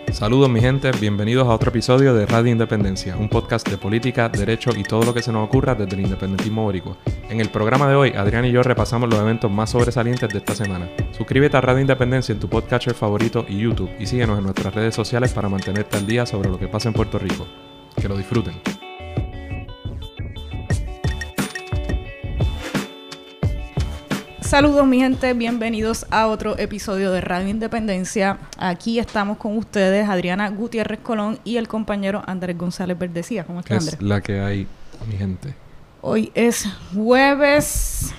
Saludos mi gente, bienvenidos a otro episodio de Radio Independencia, un podcast de política, derecho y todo lo que se nos ocurra desde el independentismo boricua. En el programa de hoy, Adrián y yo repasamos los eventos más sobresalientes de esta semana. Suscríbete a Radio Independencia en tu podcatcher favorito y YouTube y síguenos en nuestras redes sociales para mantenerte al día sobre lo que pasa en Puerto Rico. Que lo disfruten. Saludos mi gente, bienvenidos a otro episodio de Radio Independencia. Aquí estamos con ustedes, Adriana Gutiérrez Colón y el compañero Andrés González Verdecía. ¿Cómo estás, Andrés? Es la que hay, mi gente. Hoy es jueves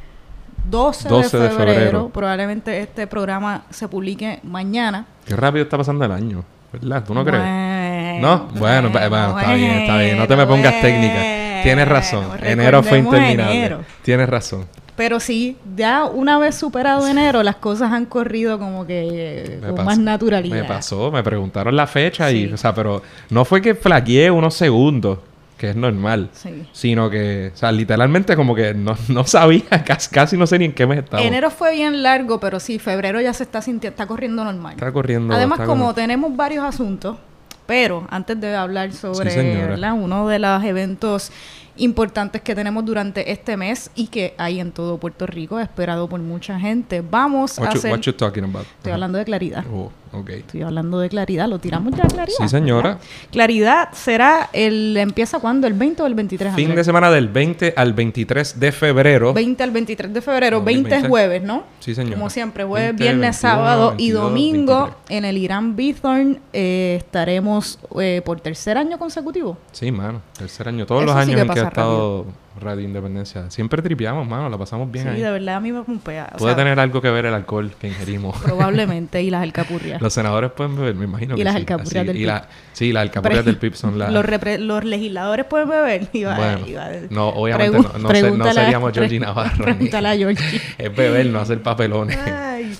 12 de febrero. Probablemente este programa se publique mañana. Qué rápido está pasando el año, ¿verdad? ¿Tú no crees? ¿No? Bueno, está bien. No te me pongas técnica. Tienes razón. Enero fue interminable. Tienes razón. Pero sí, ya una vez superado enero, las cosas han corrido como que con más naturalidad. Me pasó, me preguntaron la fecha y, pero no fue que flaqueé unos segundos, que es normal, sino que, literalmente como que no sabía, casi no sé ni en qué mes estaba. Enero fue bien largo, pero sí, febrero ya se está sintiendo, está corriendo normal. Está corriendo. Además, tenemos varios asuntos, pero antes de hablar sobre, ¿verdad?, uno de los eventos importantes que tenemos durante este mes y que hay en todo Puerto Rico, esperado por mucha gente. Vamos a hacer... What you talking about? Estoy hablando de Claridad. Oh, okay. Estoy hablando de Claridad. ¿Lo tiramos ya, Claridad? Sí, señora. ¿Verdad? Claridad será ¿empieza cuándo? ¿El 20 o el 23? Fin de semana del 20 al 23 de febrero. 20 al 23 de febrero. 20 es jueves, ¿no? Sí, señora. Como siempre, jueves, viernes, sábado 22, y domingo 23. En el Irán Bithorn estaremos por tercer año consecutivo. Sí, mano. Tercer año. Todos los años en que ha estado Radio Independencia. Siempre tripeamos, mano. La pasamos bien ahí. Sí, de verdad, a mí me pumpea. Puede tener algo que ver el alcohol que ingerimos. Probablemente. Y las alcapurrias. Los senadores pueden beber, me imagino. Y las alcapurrias del PIB. Sí, las alcapurrias del PIB son las... Los legisladores pueden beber. No, obviamente no seríamos Georgie Navarro. Pregúntale a Georgie. Es beber, no hacer papelones. Ay,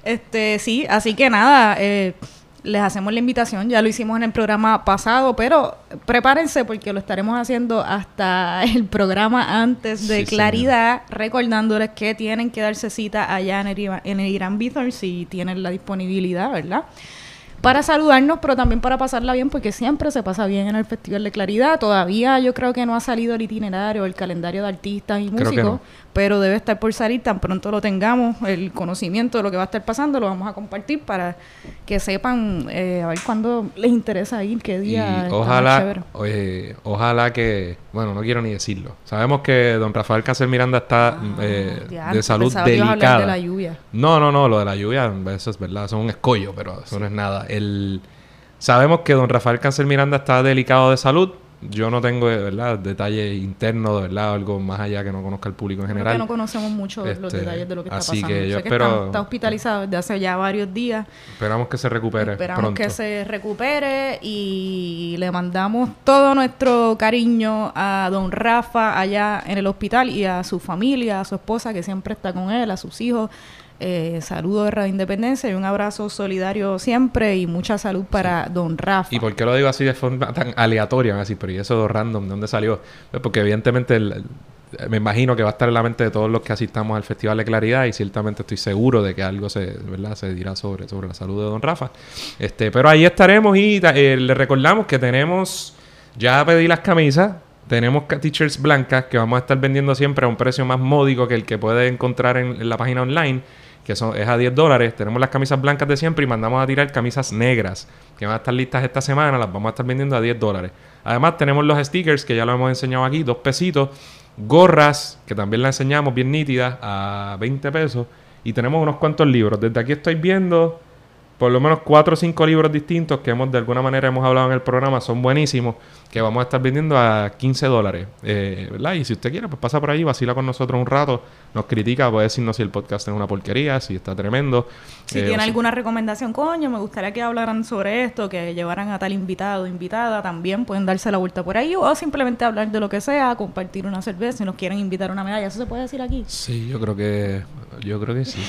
sí, así que nada... les hacemos la invitación, ya lo hicimos en el programa pasado, pero prepárense porque lo estaremos haciendo hasta el programa antes de Claridad, recordándoles que tienen que darse cita allá en el Irán Bithorn si tienen la disponibilidad, ¿verdad? Para saludarnos, pero también para pasarla bien, porque siempre se pasa bien en el Festival de Claridad. Todavía yo creo que no ha salido el itinerario, el calendario de artistas y músicos, pero debe estar por salir. Tan pronto lo tengamos, el conocimiento de lo que va a estar pasando, lo vamos a compartir para que sepan a ver cuándo les interesa ir, qué día. Y ojalá que, bueno, no quiero ni decirlo. Sabemos que don Rafael Cáncer Miranda está de salud delicada. Hablar de la lluvia. No, lo de la lluvia, eso es verdad, eso es un escollo, pero eso no es nada. Sabemos que don Rafael Cáncer Miranda está delicado de salud. Yo no tengo, ¿verdad?, detalles internos, de verdad, algo más allá que no conozca el público en general. Creo que no conocemos mucho los detalles de lo que está pasando. Así que yo sé espero... que está hospitalizado desde hace ya varios días. Esperamos que se recupere pronto. Que se recupere y le mandamos todo nuestro cariño a don Rafa allá en el hospital y a su familia, a su esposa que siempre está con él, a sus hijos. Saludos de Radio Independencia y un abrazo solidario siempre y mucha salud para don Rafa. ¿Y por qué lo digo así de forma tan aleatoria? Así, pero ¿y eso random? ¿De dónde salió? Pues porque evidentemente me imagino que va a estar en la mente de todos los que asistamos al Festival de Claridad y ciertamente estoy seguro de que algo se dirá sobre la salud de don Rafa. Pero ahí estaremos y le recordamos que ya pedí las camisas. Tenemos t-shirts blancas que vamos a estar vendiendo siempre a un precio más módico que el que puede encontrar en la página online, que es a $10. Tenemos las camisas blancas de siempre y mandamos a tirar camisas negras que van a estar listas esta semana. Las vamos a estar vendiendo a $10. Además tenemos los stickers que ya lo hemos enseñado aquí, 2 pesitos. Gorras, que también las enseñamos bien nítidas, a 20 pesos. Y tenemos unos cuantos libros. Desde aquí estoy viendo por lo menos 4 o 5 libros distintos que de alguna manera hemos hablado en el programa. Son buenísimos, que vamos a estar vendiendo a $15. ¿Verdad? Y si usted quiere, pues pasa por ahí, vacila con nosotros un rato, nos critica, puede decirnos si el podcast es una porquería, si está tremendo. Si tiene alguna recomendación, coño, me gustaría que hablaran sobre esto, que llevaran a tal invitado o invitada, también pueden darse la vuelta por ahí, o simplemente hablar de lo que sea, compartir una cerveza, si nos quieren invitar a una medalla. ¿Eso se puede decir aquí? Sí, yo creo que sí.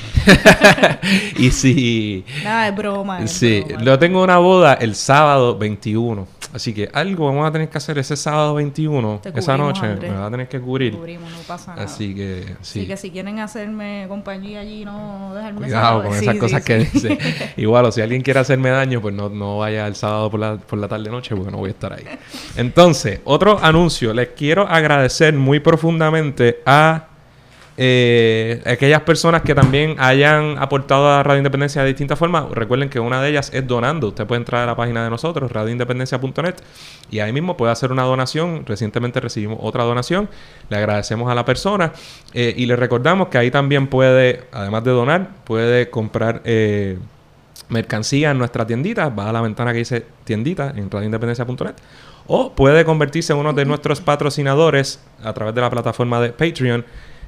Y si... Nada, es broma. Sí, yo tengo una boda el sábado 21. Así que algo vamos a tener que hacer ese sábado 21, esa noche, Andrés. Me va a tener que cubrir. Cubrimos, no pasa nada. Así que, sí. Así que si quieren hacerme compañía allí, no dejarme cuidado con esas cosas que dice. Igual, o si alguien quiere hacerme daño, pues no vaya el sábado por la tarde-noche, porque no voy a estar ahí. Entonces, otro anuncio. Les quiero agradecer muy profundamente a aquellas personas que también hayan aportado a Radio Independencia de distintas formas. Recuerden que una de ellas es donando. Usted puede entrar a la página de nosotros, radioindependencia.net, y ahí mismo puede hacer una donación. Recientemente recibimos otra donación. Le agradecemos a la persona y le recordamos que ahí también puede, además de donar, puede comprar mercancía en nuestra tiendita. Va a la ventana que dice tiendita en radioindependencia.net, o puede convertirse en uno de nuestros patrocinadores a través de la plataforma de Patreon,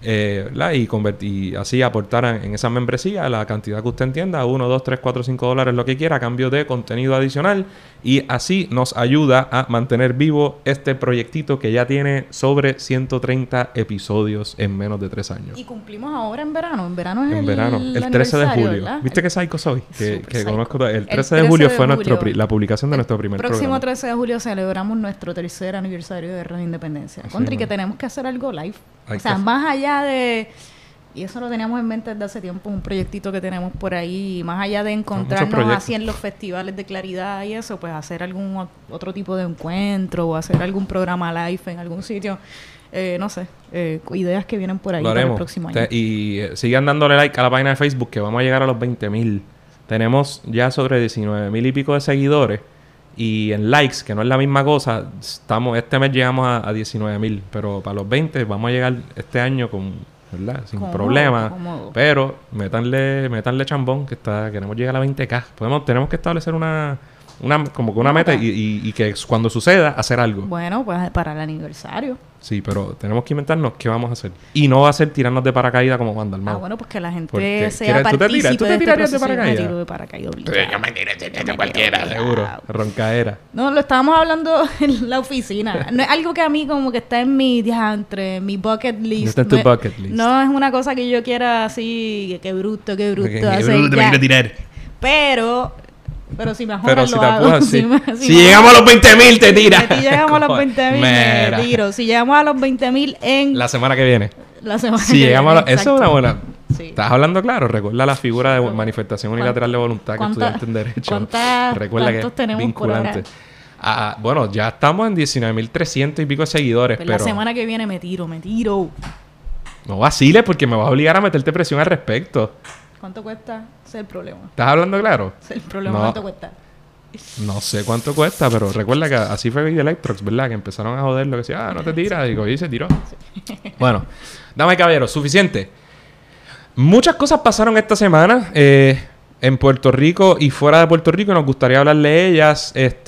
y así aportar en esa membresía la cantidad que usted entienda, 1, 2, 3, 4, 5 dólares, lo que quiera, a cambio de contenido adicional, y así nos ayuda a mantener vivo este proyectito que ya tiene sobre 130 episodios en menos de 3 años. Y cumplimos ahora en verano es el 13 de julio, ¿verdad? ¿Viste qué psycho soy? Que conozco todo. El 13 de julio fue la publicación de nuestro primer programa. El próximo 13 de julio celebramos nuestro tercer aniversario de Radio Independencia. Contra, y que tenemos que hacer algo live. Más allá de... Y eso lo teníamos en mente desde hace tiempo, un proyectito que tenemos por ahí, más allá de encontrarnos así en los festivales de claridad y eso, pues hacer algún otro tipo de encuentro o hacer algún programa live en algún sitio. No sé, ideas que vienen por ahí para el próximo año. Y sigan dándole like a la página de Facebook, que vamos a llegar a los 20,000. Tenemos ya sobre 19,000 y pico de seguidores. Y en likes, que no es la misma cosa, este mes llegamos a 19,000, pero para los 20 vamos a llegar este año ¿verdad? Sin problema. Pero métanle chambón, que queremos llegar a 20K. Tenemos que establecer una meta y que cuando suceda, hacer algo. Bueno, pues para el aniversario. Sí, pero tenemos que inventarnos qué vamos a hacer. Y no va a ser tirarnos de paracaídas como Wanda Almado. Bueno, pues que la gente sea partícipe. ¿Tú te tirarías de paracaídas? Me tiro de paracaídas obligado. Yo me tiré de cualquiera, seguro. Roncaera. No, lo estábamos hablando en la oficina. No es algo que a mí como que está en mi bucket list. No está en tu bucket list. No es una cosa que yo quiera así, qué bruto. Qué bruto me quiero tirar. Pero si me jodas lo hago. Apujas, si llegamos a los 20,000 te tiras. Si llegamos a los 20,000 me tiro. Si llegamos a los 20,000 en... La semana que viene. Si llegamos eso es una buena... Sí. ¿Estás hablando claro? Recuerda la figura de manifestación unilateral de voluntad que estudiaste en Derecho. Recuerda que es vinculante. Bueno, ya estamos en 19,300 y pico de seguidores, pero... La semana que viene me tiro. No vaciles porque me vas a obligar a meterte presión al respecto. ¿Cuánto cuesta? Ese es el problema. ¿Estás hablando claro? Ese es el problema. ¿Cuánto cuesta? No sé cuánto cuesta, pero recuerda que así fue Video Electrox, ¿verdad? Que empezaron a joder lo que decía, no te tiras. Digo, y se tiró. Sí. Bueno, damas y caballeros, suficiente. Muchas cosas pasaron esta semana en Puerto Rico y fuera de Puerto Rico. Nos gustaría hablar de ellas.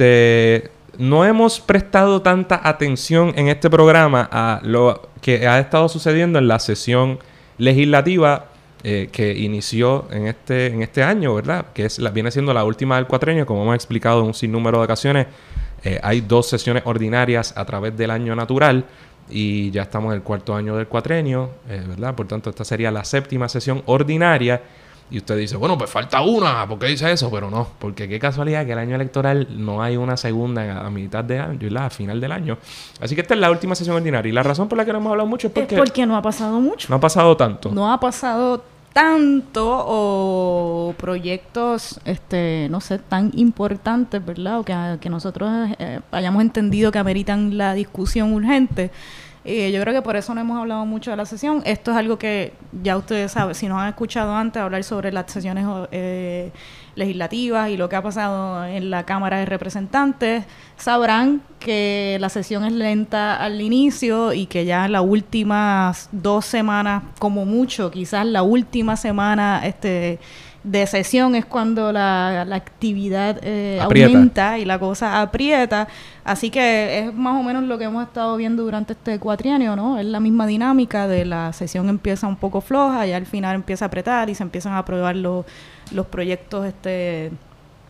No hemos prestado tanta atención en este programa a lo que ha estado sucediendo en la sesión legislativa que inició en este año, ¿verdad? Que viene siendo la última del cuatrenio. Como hemos explicado en un sinnúmero de ocasiones, hay 2 sesiones ordinarias a través del año natural y ya estamos en el 4º año del cuatrenio, ¿verdad? Por tanto, esta sería la 7ª sesión ordinaria. Y usted dice, bueno, pues falta una. ¿Por qué dice eso? Pero no, porque qué casualidad que el año electoral no hay una segunda a mitad de año, ¿verdad? A final del año. Así que esta es la última sesión ordinaria. Y la razón por la que no hemos hablado mucho es porque no ha pasado mucho. No ha pasado tanto. No ha pasado tanto o proyectos, no sé, tan importantes, ¿verdad? O que nosotros hayamos entendido que ameritan la discusión urgente. Yo creo que por eso no hemos hablado mucho de la sesión. Esto es algo que ya ustedes saben, si nos han escuchado antes hablar sobre las sesiones legislativas y lo que ha pasado en la Cámara de Representantes, sabrán que la sesión es lenta al inicio y que ya en las últimas 2 semanas, como mucho, quizás la última semana de sesión es cuando la actividad aumenta y la cosa aprieta. Así que es más o menos lo que hemos estado viendo durante este cuatrienio, ¿no? Es la misma dinámica de la sesión empieza un poco floja y al final empieza a apretar y se empiezan a aprobar los proyectos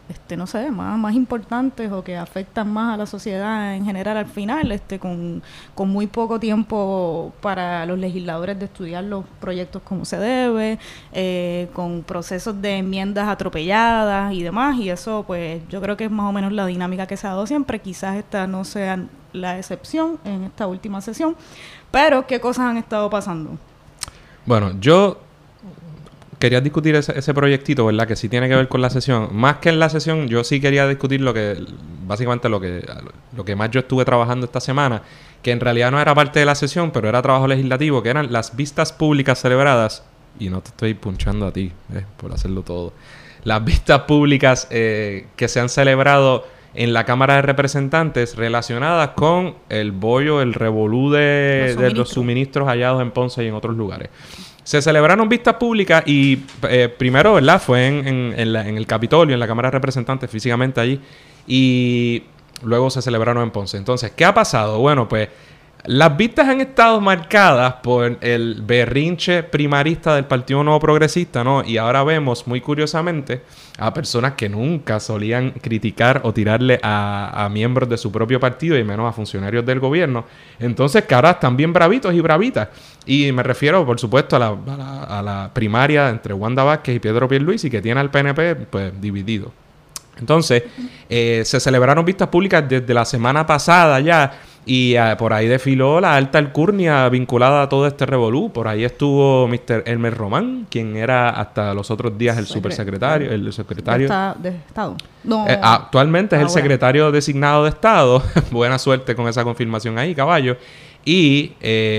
no sé, más importantes o que afectan más a la sociedad en general al final, con muy poco tiempo para los legisladores de estudiar los proyectos como se debe, con procesos de enmiendas atropelladas y demás, y eso pues yo creo que es más o menos la dinámica que se ha dado siempre. Quizás esta no sea la excepción en esta última sesión, pero ¿qué cosas han estado pasando? Bueno, yo quería discutir ese proyectito, ¿verdad? Que sí tiene que ver con la sesión. Más que en la sesión, yo sí quería discutir básicamente lo que más yo estuve trabajando esta semana, que en realidad no era parte de la sesión, pero era trabajo legislativo, que eran las vistas públicas celebradas, y no te estoy punchando a ti, por hacerlo todo. Las vistas públicas que se han celebrado en la Cámara de Representantes relacionadas con el bollo, el revolú de los suministros hallados en Ponce y en otros lugares. Se celebraron vistas públicas y primero, ¿verdad? Fue en el Capitolio, en la Cámara de Representantes, físicamente allí. Y luego se celebraron en Ponce. Entonces, ¿qué ha pasado? Bueno, pues las vistas han estado marcadas por el berrinche primarista del Partido Nuevo Progresista, ¿no? Y ahora vemos, muy curiosamente, a personas que nunca solían criticar o tirarle a miembros de su propio partido y menos a funcionarios del gobierno. Entonces, que ahora están bien bravitos y bravitas. Y me refiero, por supuesto, a la primaria entre Wanda Vázquez y Pedro Pierluisi, que tiene al PNP pues dividido. Entonces, se celebraron vistas públicas desde la semana pasada ya. Y por ahí desfiló la alta alcurnia vinculada a todo este revolú. Por ahí estuvo Mr. Elmer Román, quien era hasta los otros días el supersecretario, el secretario de Estado. No, actualmente es el secretario designado de Estado. Buena suerte con esa confirmación ahí, caballo. Y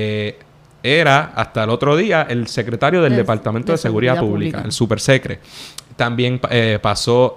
era hasta el otro día el secretario del Departamento de Seguridad Pública, el supersecre. También pasó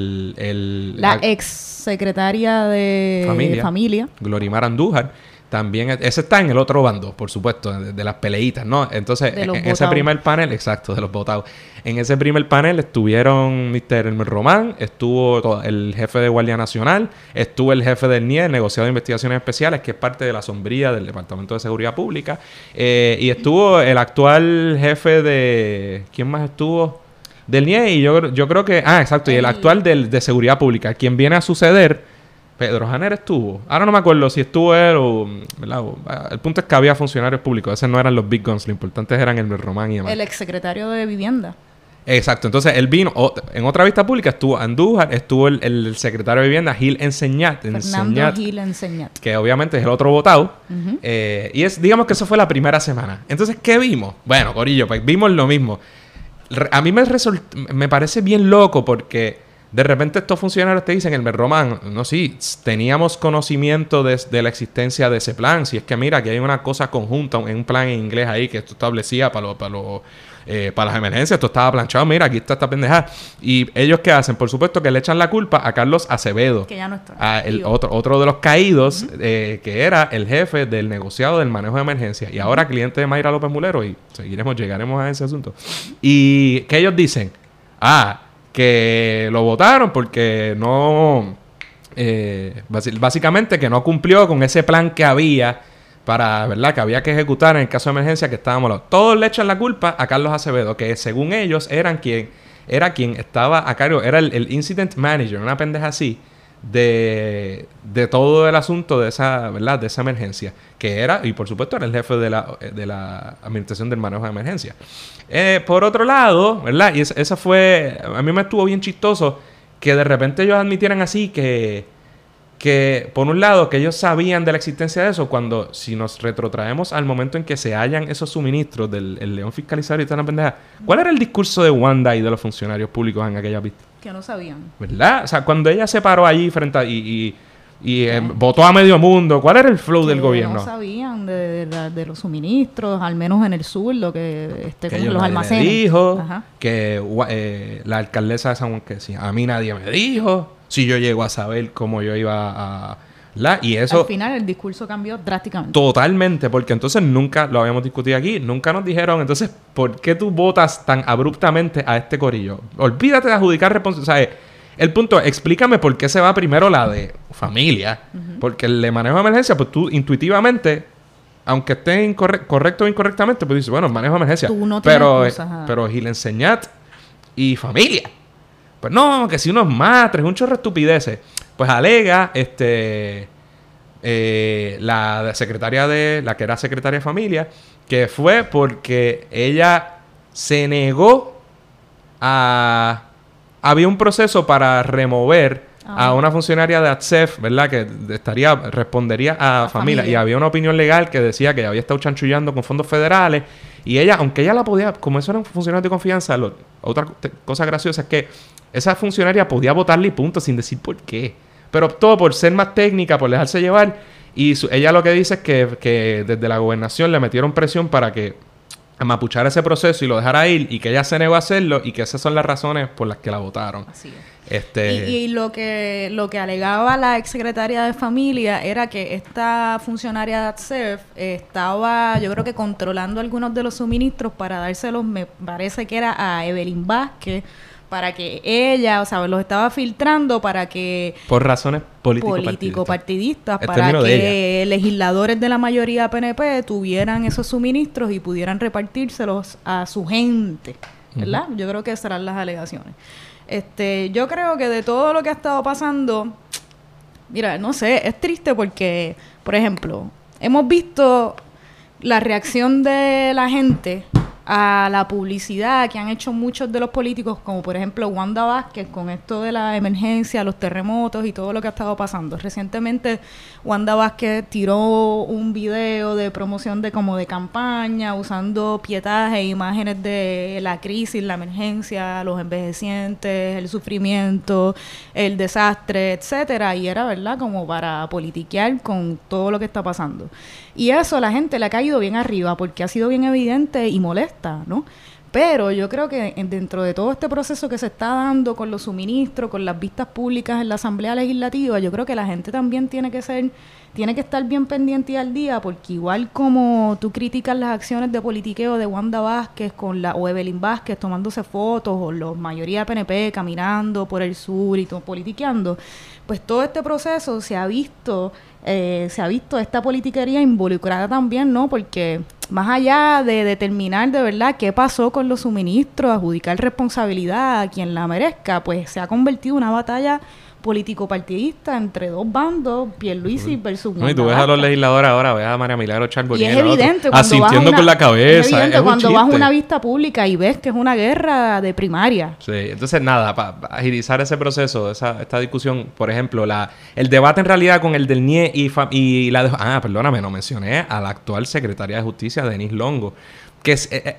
la ex secretaria de familia, Glorimar Andújar. También, ese está en el otro bando, por supuesto, de las peleitas, ¿no? Entonces, en ese primer panel, exacto, de los votados. En ese primer panel estuvieron Mr. Elmer Román, estuvo el jefe de Guardia Nacional, estuvo el jefe del NIE, el negociado de investigaciones especiales, que es parte de la sombría del Departamento de Seguridad Pública, y estuvo el actual jefe de... ¿Quién más estuvo? Del NIE, y yo creo que... exacto, y el actual de Seguridad Pública, quien viene a suceder... Pedro Janer estuvo. Ahora no me acuerdo si estuvo él o... ¿verdad? El punto es que había funcionarios públicos. Esos no eran los big guns. Lo importante eran el Román y demás. El exsecretario de Vivienda. Exacto. Entonces, él vino... en otra vista pública estuvo Andújar. Estuvo el secretario de Vivienda, Gil Enseñat. Fernando Gil Enseñat. Que obviamente es el otro votado. Y digamos que eso fue la primera semana. Entonces, ¿qué vimos? Bueno, corillo, pues vimos lo mismo. A mí me parece bien loco porque... De repente estos funcionarios te dicen, Elmer Román, no, sí, teníamos conocimiento de la existencia de ese plan. Si es que mira, que hay una cosa conjunta, un plan en inglés ahí que esto establecía para las emergencias. Esto estaba planchado, mira, aquí está esta pendejada. Y ellos, ¿qué hacen? Por supuesto que le echan la culpa a Carlos Acevedo. Que ya no está. Otro de los caídos, que era el jefe del negociado del manejo de emergencias. Y ahora cliente de Mayra López Mulero. Y llegaremos a ese asunto. Y que ellos dicen, que lo votaron porque no... básicamente que no cumplió con ese plan que había para, ¿verdad? Que había que ejecutar en el caso de emergencia que estábamos... Todos le echan la culpa a Carlos Acevedo, que según ellos era quien estaba a cargo, era el incident manager, una pendeja así, de todo el asunto de esa, ¿verdad? De esa emergencia, que era, y por supuesto era el jefe de la administración del manejo de emergencia. Por otro lado, ¿verdad? Y esa fue, a mí me estuvo bien chistoso que de repente ellos admitieran así que por un lado que ellos sabían de la existencia de eso, cuando si nos retrotraemos al momento en que se hallan esos suministros del león fiscalizador y toda la pendeja, ¿cuál era el discurso de Wanda y de los funcionarios públicos en aquella vista? Que no sabían. ¿Verdad? O sea, cuando ella se paró allí frente a... votó a medio mundo. ¿Cuál era el flow del gobierno? No sabían de los suministros, al menos en el sur, lo que con los almacenes. Me dijo que la alcaldesa de San Juan, que decía, a mí nadie me dijo si yo llego a saber cómo yo iba a... Y eso... Al final el discurso cambió drásticamente. Totalmente, porque entonces nunca, lo habíamos discutido aquí, nunca nos dijeron, entonces, ¿por qué tú votas tan abruptamente a este corillo? Olvídate de adjudicar responsabilidad. O sea, el punto es, explícame por qué se va primero la de familia. Porque el de manejo de emergencia, pues tú intuitivamente, aunque esté correcto o incorrectamente, pues dices, bueno, manejo de emergencia. Tú no pero Gil Enseñat y familia. pues no, que si unos matres, un chorro de estupideces. Pues alega, la secretaria la que era secretaria de familia, que fue porque ella se negó había un proceso para remover a una funcionaria de ATSEF, ¿verdad? Que respondería a familia. Y había una opinión legal que decía que había estado chanchullando con fondos federales. Y ella, aunque ella la podía, como eso era un funcionario de confianza, otra cosa graciosa es que esa funcionaria podía votarle y punto, sin decir por qué. Pero todo por ser más técnica, por dejarse llevar. Y ella lo que dice es que desde la gobernación le metieron presión para que mapuchara ese proceso y lo dejara ir, y que ella se negó a hacerlo, y que esas son las razones por las que la votaron. Así es. Y lo que alegaba la exsecretaria de familia era que esta funcionaria de ATSEF estaba, yo creo que controlando algunos de los suministros para dárselos, me parece que era a Evelyn Vázquez, para que ella, o sea, los estaba filtrando para que... Por razones político-partidistas. Para que legisladores de la mayoría PNP tuvieran esos suministros y pudieran repartírselos a su gente, ¿verdad? Yo creo que esas serán las alegaciones. Yo creo que de todo lo que ha estado pasando, mira, no sé, es triste porque, por ejemplo, hemos visto la reacción de la gente a la publicidad que han hecho muchos de los políticos, como por ejemplo Wanda Vázquez, con esto de la emergencia, los terremotos y todo lo que ha estado pasando. Recientemente Wanda Vázquez tiró un video de promoción de campaña, usando pietajes e imágenes de la crisis, la emergencia, los envejecientes, el sufrimiento, el desastre, etcétera, y era, ¿verdad?, como para politiquear con todo lo que está pasando. Y eso a la gente le ha caído bien arriba porque ha sido bien evidente y molesta, ¿no? Pero yo creo que dentro de todo este proceso que se está dando con los suministros, con las vistas públicas en la Asamblea Legislativa, yo creo que la gente también tiene que estar bien pendiente y al día, porque igual como tú criticas las acciones de politiqueo de Wanda Vázquez o Evelyn Vázquez tomándose fotos, o la mayoría PNP caminando por el sur y todo politiqueando, pues todo este proceso se ha visto esta politiquería involucrada también, ¿no? Porque más allá de determinar de verdad qué pasó con los suministros, adjudicar responsabilidad a quien la merezca, pues se ha convertido en una batalla político-partidista entre dos bandos, Pierluisi versus Wanda. No, y tú ves a los legisladores ahora, ves a María Milagro Charbonnier, y es evidente asintiendo con la cabeza. Es evidente cuando vas a una vista pública y ves que es una guerra de primaria. Sí, entonces nada, para agilizar ese proceso, esta discusión, por ejemplo, el debate en realidad con el del NIE y la... perdóname, no mencioné a la actual secretaria de Justicia, Denise Longo, que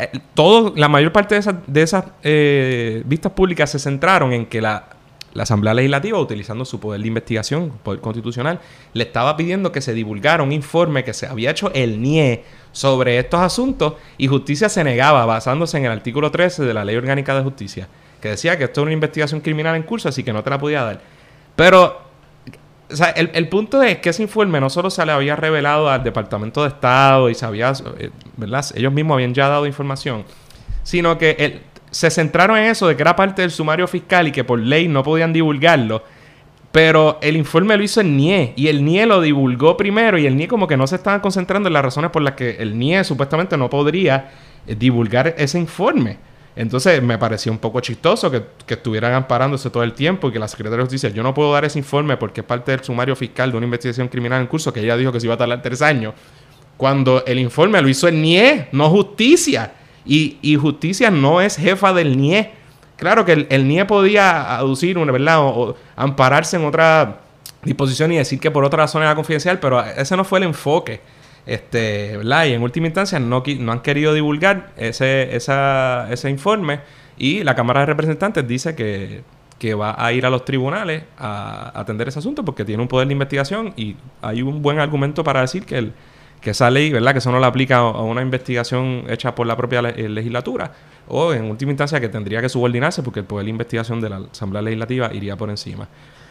la mayor parte de esas vistas públicas se centraron en que la Asamblea Legislativa, utilizando su poder de investigación, poder constitucional, le estaba pidiendo que se divulgara un informe que se había hecho el NIE sobre estos asuntos, y Justicia se negaba, basándose en el artículo 13 de la Ley Orgánica de Justicia, que decía que esto era una investigación criminal en curso, así que no te la podía dar. Pero, o sea, el punto es que ese informe no solo se le había revelado al Departamento de Estado y se había, ¿verdad?, ellos mismos habían ya dado información, sino que se centraron en eso de que era parte del sumario fiscal y que por ley no podían divulgarlo, pero el informe lo hizo el NIE, y el NIE lo divulgó primero, y el NIE como que no se estaba concentrando en las razones por las que el NIE supuestamente no podría divulgar ese informe. Entonces me pareció un poco chistoso que estuvieran amparándose todo el tiempo, y que la Secretaría de Justicia, yo no puedo dar ese informe porque es parte del sumario fiscal de una investigación criminal en curso, que ella dijo que se iba a tardar 3 años, cuando el informe lo hizo el NIE, no Justicia. Y Justicia no es jefa del NIE. Claro que el NIE podía aducir, ¿verdad?, o ampararse en otra disposición y decir que por otra razón era confidencial, pero ese no fue el enfoque, ¿verdad? Y en última instancia no han querido divulgar ese informe, y la Cámara de Representantes dice que va a ir a los tribunales a atender ese asunto porque tiene un poder de investigación, y hay un buen argumento para decir que esa ley, ¿verdad?, que eso no la aplica a una investigación hecha por la propia legislatura, o en última instancia que tendría que subordinarse porque el poder de investigación de la Asamblea Legislativa iría por encima.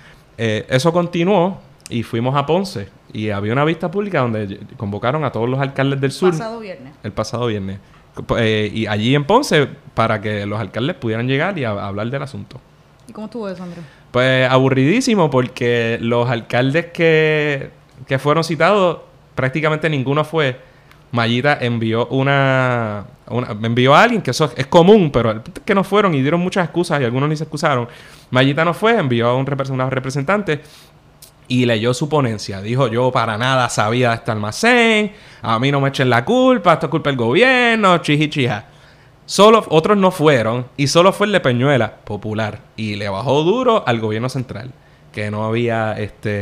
Eso continuó y fuimos a Ponce, y había una vista pública donde convocaron a todos los alcaldes del sur. El pasado viernes. Y allí en Ponce, para que los alcaldes pudieran llegar y hablar del asunto. ¿Y cómo estuvo eso, Andrés? Pues aburridísimo, porque los alcaldes que fueron citados, prácticamente ninguno fue Mayita envió me envió a alguien, que eso es común, pero que no fueron y dieron muchas excusas y algunos ni se excusaron. Mayita no fue, envió a una representante y leyó su ponencia. Dijo, yo para nada sabía de este almacén, a mí no me echen la culpa, esto es culpa del gobierno, chija. Solo otros no fueron y solo fue el de Peñuela, popular, y le bajó duro al gobierno central, que no había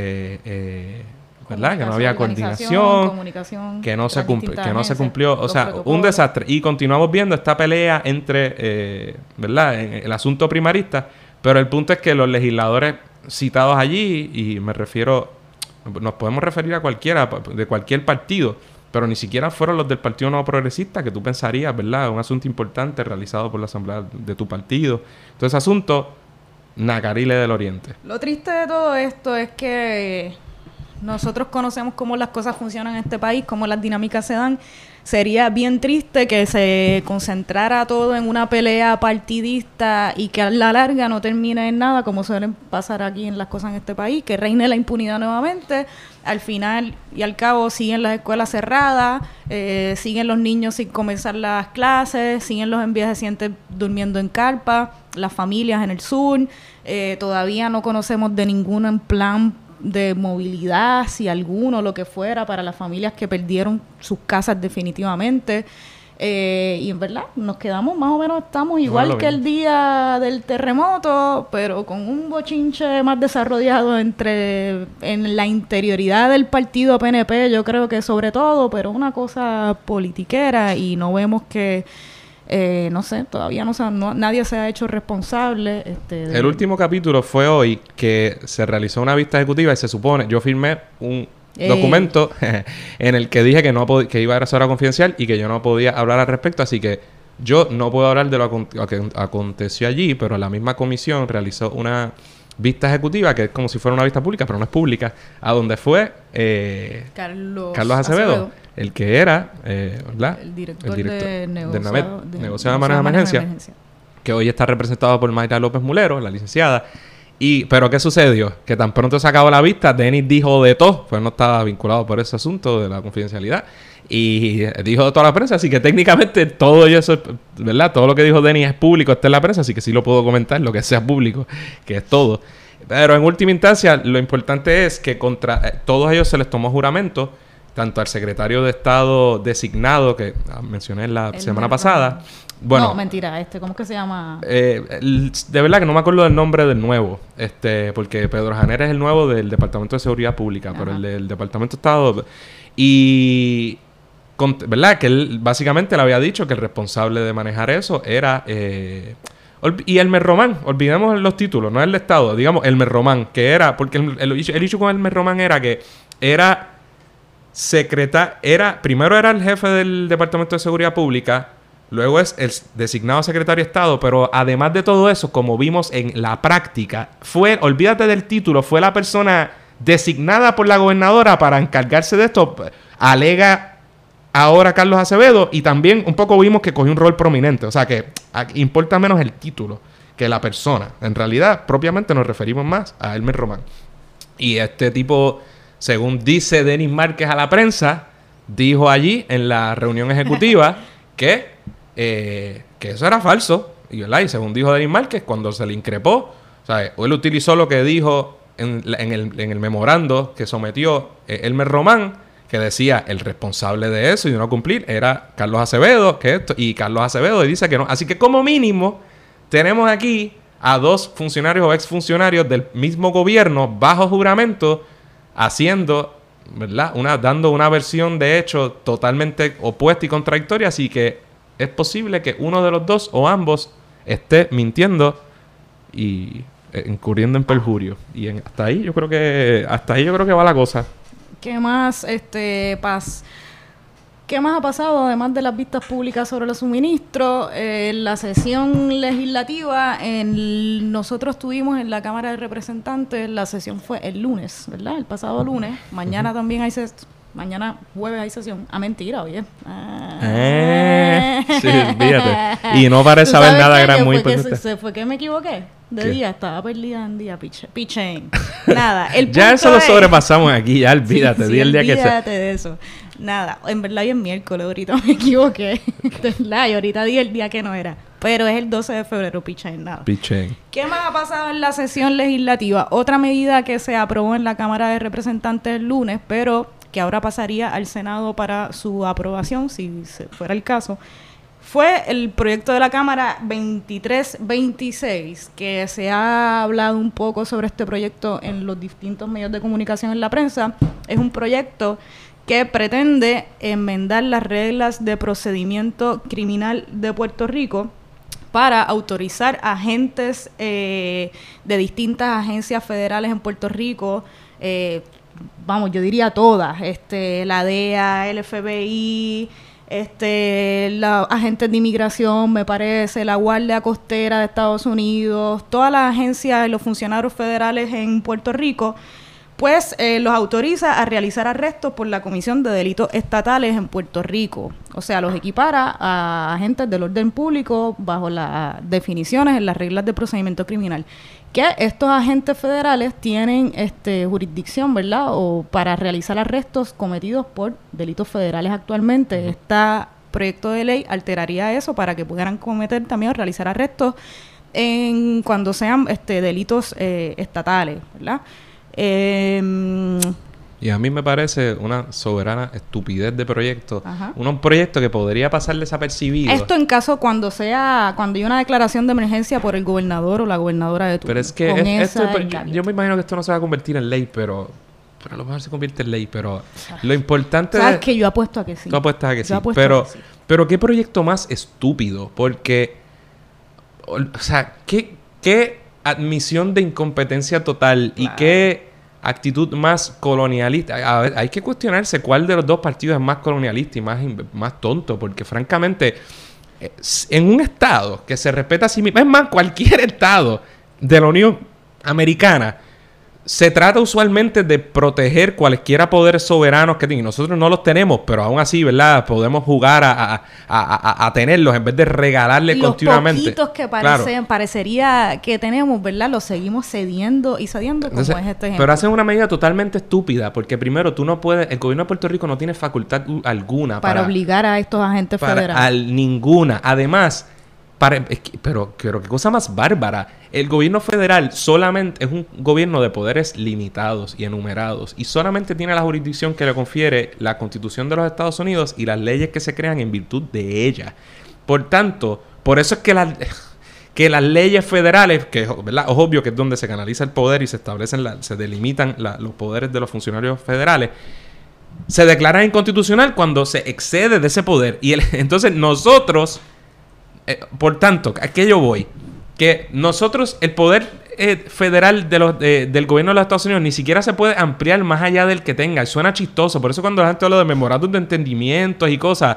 ¿verdad? Que no había coordinación, comunicación, que no se cumplió, o sea, un desastre. Y continuamos viendo esta pelea entre, ¿verdad? En el asunto primarista, pero el punto es que los legisladores citados allí, y me refiero, nos podemos referir a cualquiera, de cualquier partido, pero ni siquiera fueron los del Partido Nuevo Progresista, que tú pensarías, ¿verdad? Un asunto importante realizado por la asamblea de tu partido. Entonces, asunto, Nacarile del Oriente. Lo triste de todo esto es que nosotros conocemos cómo las cosas funcionan en este país, cómo las dinámicas se dan. Sería bien triste que se concentrara todo en una pelea partidista y que a la larga no termine en nada, como suelen pasar aquí en las cosas en este país, que reine la impunidad nuevamente. Al final y al cabo siguen las escuelas cerradas, siguen los niños sin comenzar las clases, siguen los envejecientes durmiendo en carpa, las familias en el sur. Todavía no conocemos de ningún plan de movilidad, si alguno, lo que fuera, para las familias que perdieron sus casas definitivamente. Y en verdad, nos quedamos más o menos, estamos igual que el día del terremoto, pero con un bochinche más desarrollado en la interioridad del partido PNP, yo creo que sobre todo, pero una cosa politiquera, y no vemos que no sé, todavía nadie se ha hecho responsable. El último capítulo fue hoy, que se realizó una vista ejecutiva y se supone, yo firmé un documento en el que dije que iba a ser confidencial y que yo no podía hablar al respecto, así que yo no puedo hablar de lo que aconteció allí, pero la misma comisión realizó una vista ejecutiva, que es como si fuera una vista pública, pero no es pública, a donde fue Carlos Acevedo, el que era ¿verdad? El director de negociado de manejo de emergencia, que hoy está representado por Mayra López Mulero, la licenciada. Pero ¿qué sucedió? Que tan pronto se acabó la vista, Denis dijo de todo, pues no estaba vinculado por ese asunto de la confidencialidad, y dijo de toda la prensa, así que técnicamente todo eso, ¿verdad? Todo lo que dijo Denis es público, está en la prensa, así que sí lo puedo comentar, lo que sea público, que es todo. Pero en última instancia, lo importante es que contra todos ellos se les tomó juramento, tanto al secretario de Estado designado, que mencioné la semana pasada. Bueno, no, mentira, ¿cómo es que se llama? De verdad que no me acuerdo del nombre del nuevo, porque Pedro Janer es el nuevo del Departamento de Seguridad Pública, pero el del Departamento de Estado... Y... ¿verdad? Que él básicamente le había dicho que el responsable de manejar eso era... y Elmer Román, olvidemos los títulos, no es el de Estado, digamos Elmer Román, que era... Porque el issue con Elmer Román era que era... primero era el jefe del Departamento de Seguridad Pública, luego es el designado secretario de Estado, pero además de todo eso, como vimos en la práctica, olvídate del título, fue la persona designada por la gobernadora para encargarse de esto, alega ahora Carlos Acevedo, y también un poco vimos que cogió un rol prominente, o sea que importa menos el título que la persona. En realidad, propiamente nos referimos más a Elmer Román. Y este tipo... Según dice Denis Márquez a la prensa, dijo allí en la reunión ejecutiva que eso era falso. Y según dijo Denis Márquez, cuando se le increpó, ¿sabes? Él utilizó lo que dijo en el memorando que sometió Elmer Román, que decía el responsable de eso y de no cumplir era Carlos Acevedo, y Carlos Acevedo dice que no. Así que como mínimo tenemos aquí a dos funcionarios o exfuncionarios del mismo gobierno bajo juramento haciendo, ¿verdad? Dando una versión de hecho totalmente opuesta y contradictoria, así que es posible que uno de los dos o ambos esté mintiendo y incurriendo en perjurio. Y hasta ahí yo creo que va la cosa. ¿Qué más ¿Qué más ha pasado además de las vistas públicas sobre los suministros? La sesión legislativa, nosotros tuvimos en la Cámara de Representantes, la sesión fue el lunes, ¿verdad? El pasado lunes. Mañana también hay mañana jueves hay sesión. Mentira, oye. Sí, fíjate. Y no parece haber nada gran muy importante. ¿Fue que me equivoqué? de día, estaba perdida en día, pichén. Nada, el punto ya eso lo es... sobrepasamos aquí, ya olvídate, sí, di el día que sea. Olvídate de eso. Nada, en verdad hoy es miércoles, ahorita me equivoqué. Y ahorita di el día que no era. Pero es el 12 de febrero, pichén, nada. Pichén. ¿Qué más ha pasado en la sesión legislativa? Otra medida que se aprobó en la Cámara de Representantes el lunes, pero que ahora pasaría al Senado para su aprobación, si fuera el caso, fue el proyecto de la Cámara 2326, que se ha hablado un poco sobre este proyecto en los distintos medios de comunicación en la prensa. Es un proyecto que pretende enmendar las reglas de procedimiento criminal de Puerto Rico para autorizar agentes de distintas agencias federales en Puerto Rico, vamos, yo diría todas, la DEA, el FBI, los agentes de inmigración, me parece, la Guardia Costera de Estados Unidos, todas las agencias y los funcionarios federales en Puerto Rico, pues los autoriza a realizar arrestos por la comisión de delitos estatales en Puerto Rico. O sea, los equipara a agentes del orden público bajo las definiciones en las reglas de procedimiento criminal. Que estos agentes federales tienen jurisdicción, ¿verdad? O para realizar arrestos cometidos por delitos federales actualmente. Este proyecto de ley alteraría eso para que pudieran cometer también o realizar arrestos cuando sean delitos estatales, ¿verdad? Y a mí me parece una soberana estupidez de proyecto. Un proyecto que podría pasar desapercibido. Esto en caso cundo hay una declaración de emergencia por el gobernador o la gobernadora de turno. Pero es que yo me imagino que esto no se va a convertir en ley, pero a lo mejor se convierte en ley, pero lo importante... ¿Sabes que yo apuesto a que sí? Tú apuestas a que sí. Pero, que sí. Pero ¿qué proyecto más estúpido? Porque, o sea, ¿qué admisión de incompetencia total? Claro. Y qué actitud más colonialista. A ver, hay que cuestionarse cuál de los dos partidos es más colonialista y más tonto, porque francamente, en un estado que se respeta a sí mismo, es más, cualquier estado de la Unión Americana, se trata usualmente de proteger cualquiera poderes soberanos que tienen. Nosotros no los tenemos, pero aún así, ¿verdad? Podemos jugar a tenerlos en vez de regalarles continuamente. Los poquitos que parecería que tenemos, ¿verdad? Los seguimos cediendo como entonces, es este ejemplo. Pero hacen una medida totalmente estúpida, porque primero tú no puedes... El gobierno de Puerto Rico no tiene facultad alguna para obligar a estos agentes federales. Ninguna. Además... Pero qué cosa más bárbara. El gobierno federal solamente es un gobierno de poderes limitados y enumerados y solamente tiene la jurisdicción que le confiere la Constitución de los Estados Unidos y las leyes que se crean en virtud de ella. Por tanto, por eso es que las leyes federales, que ¿verdad? Es obvio que es donde se canaliza el poder y se establecen, se delimitan los poderes de los funcionarios federales, se declaran inconstitucional cuando se excede de ese poder. Y entonces nosotros... por tanto, ¿a qué yo voy? Que nosotros, el poder federal del gobierno de los Estados Unidos ni siquiera se puede ampliar más allá del que tenga. Suena chistoso. Por eso cuando la gente habla de memorándum de entendimientos y cosas,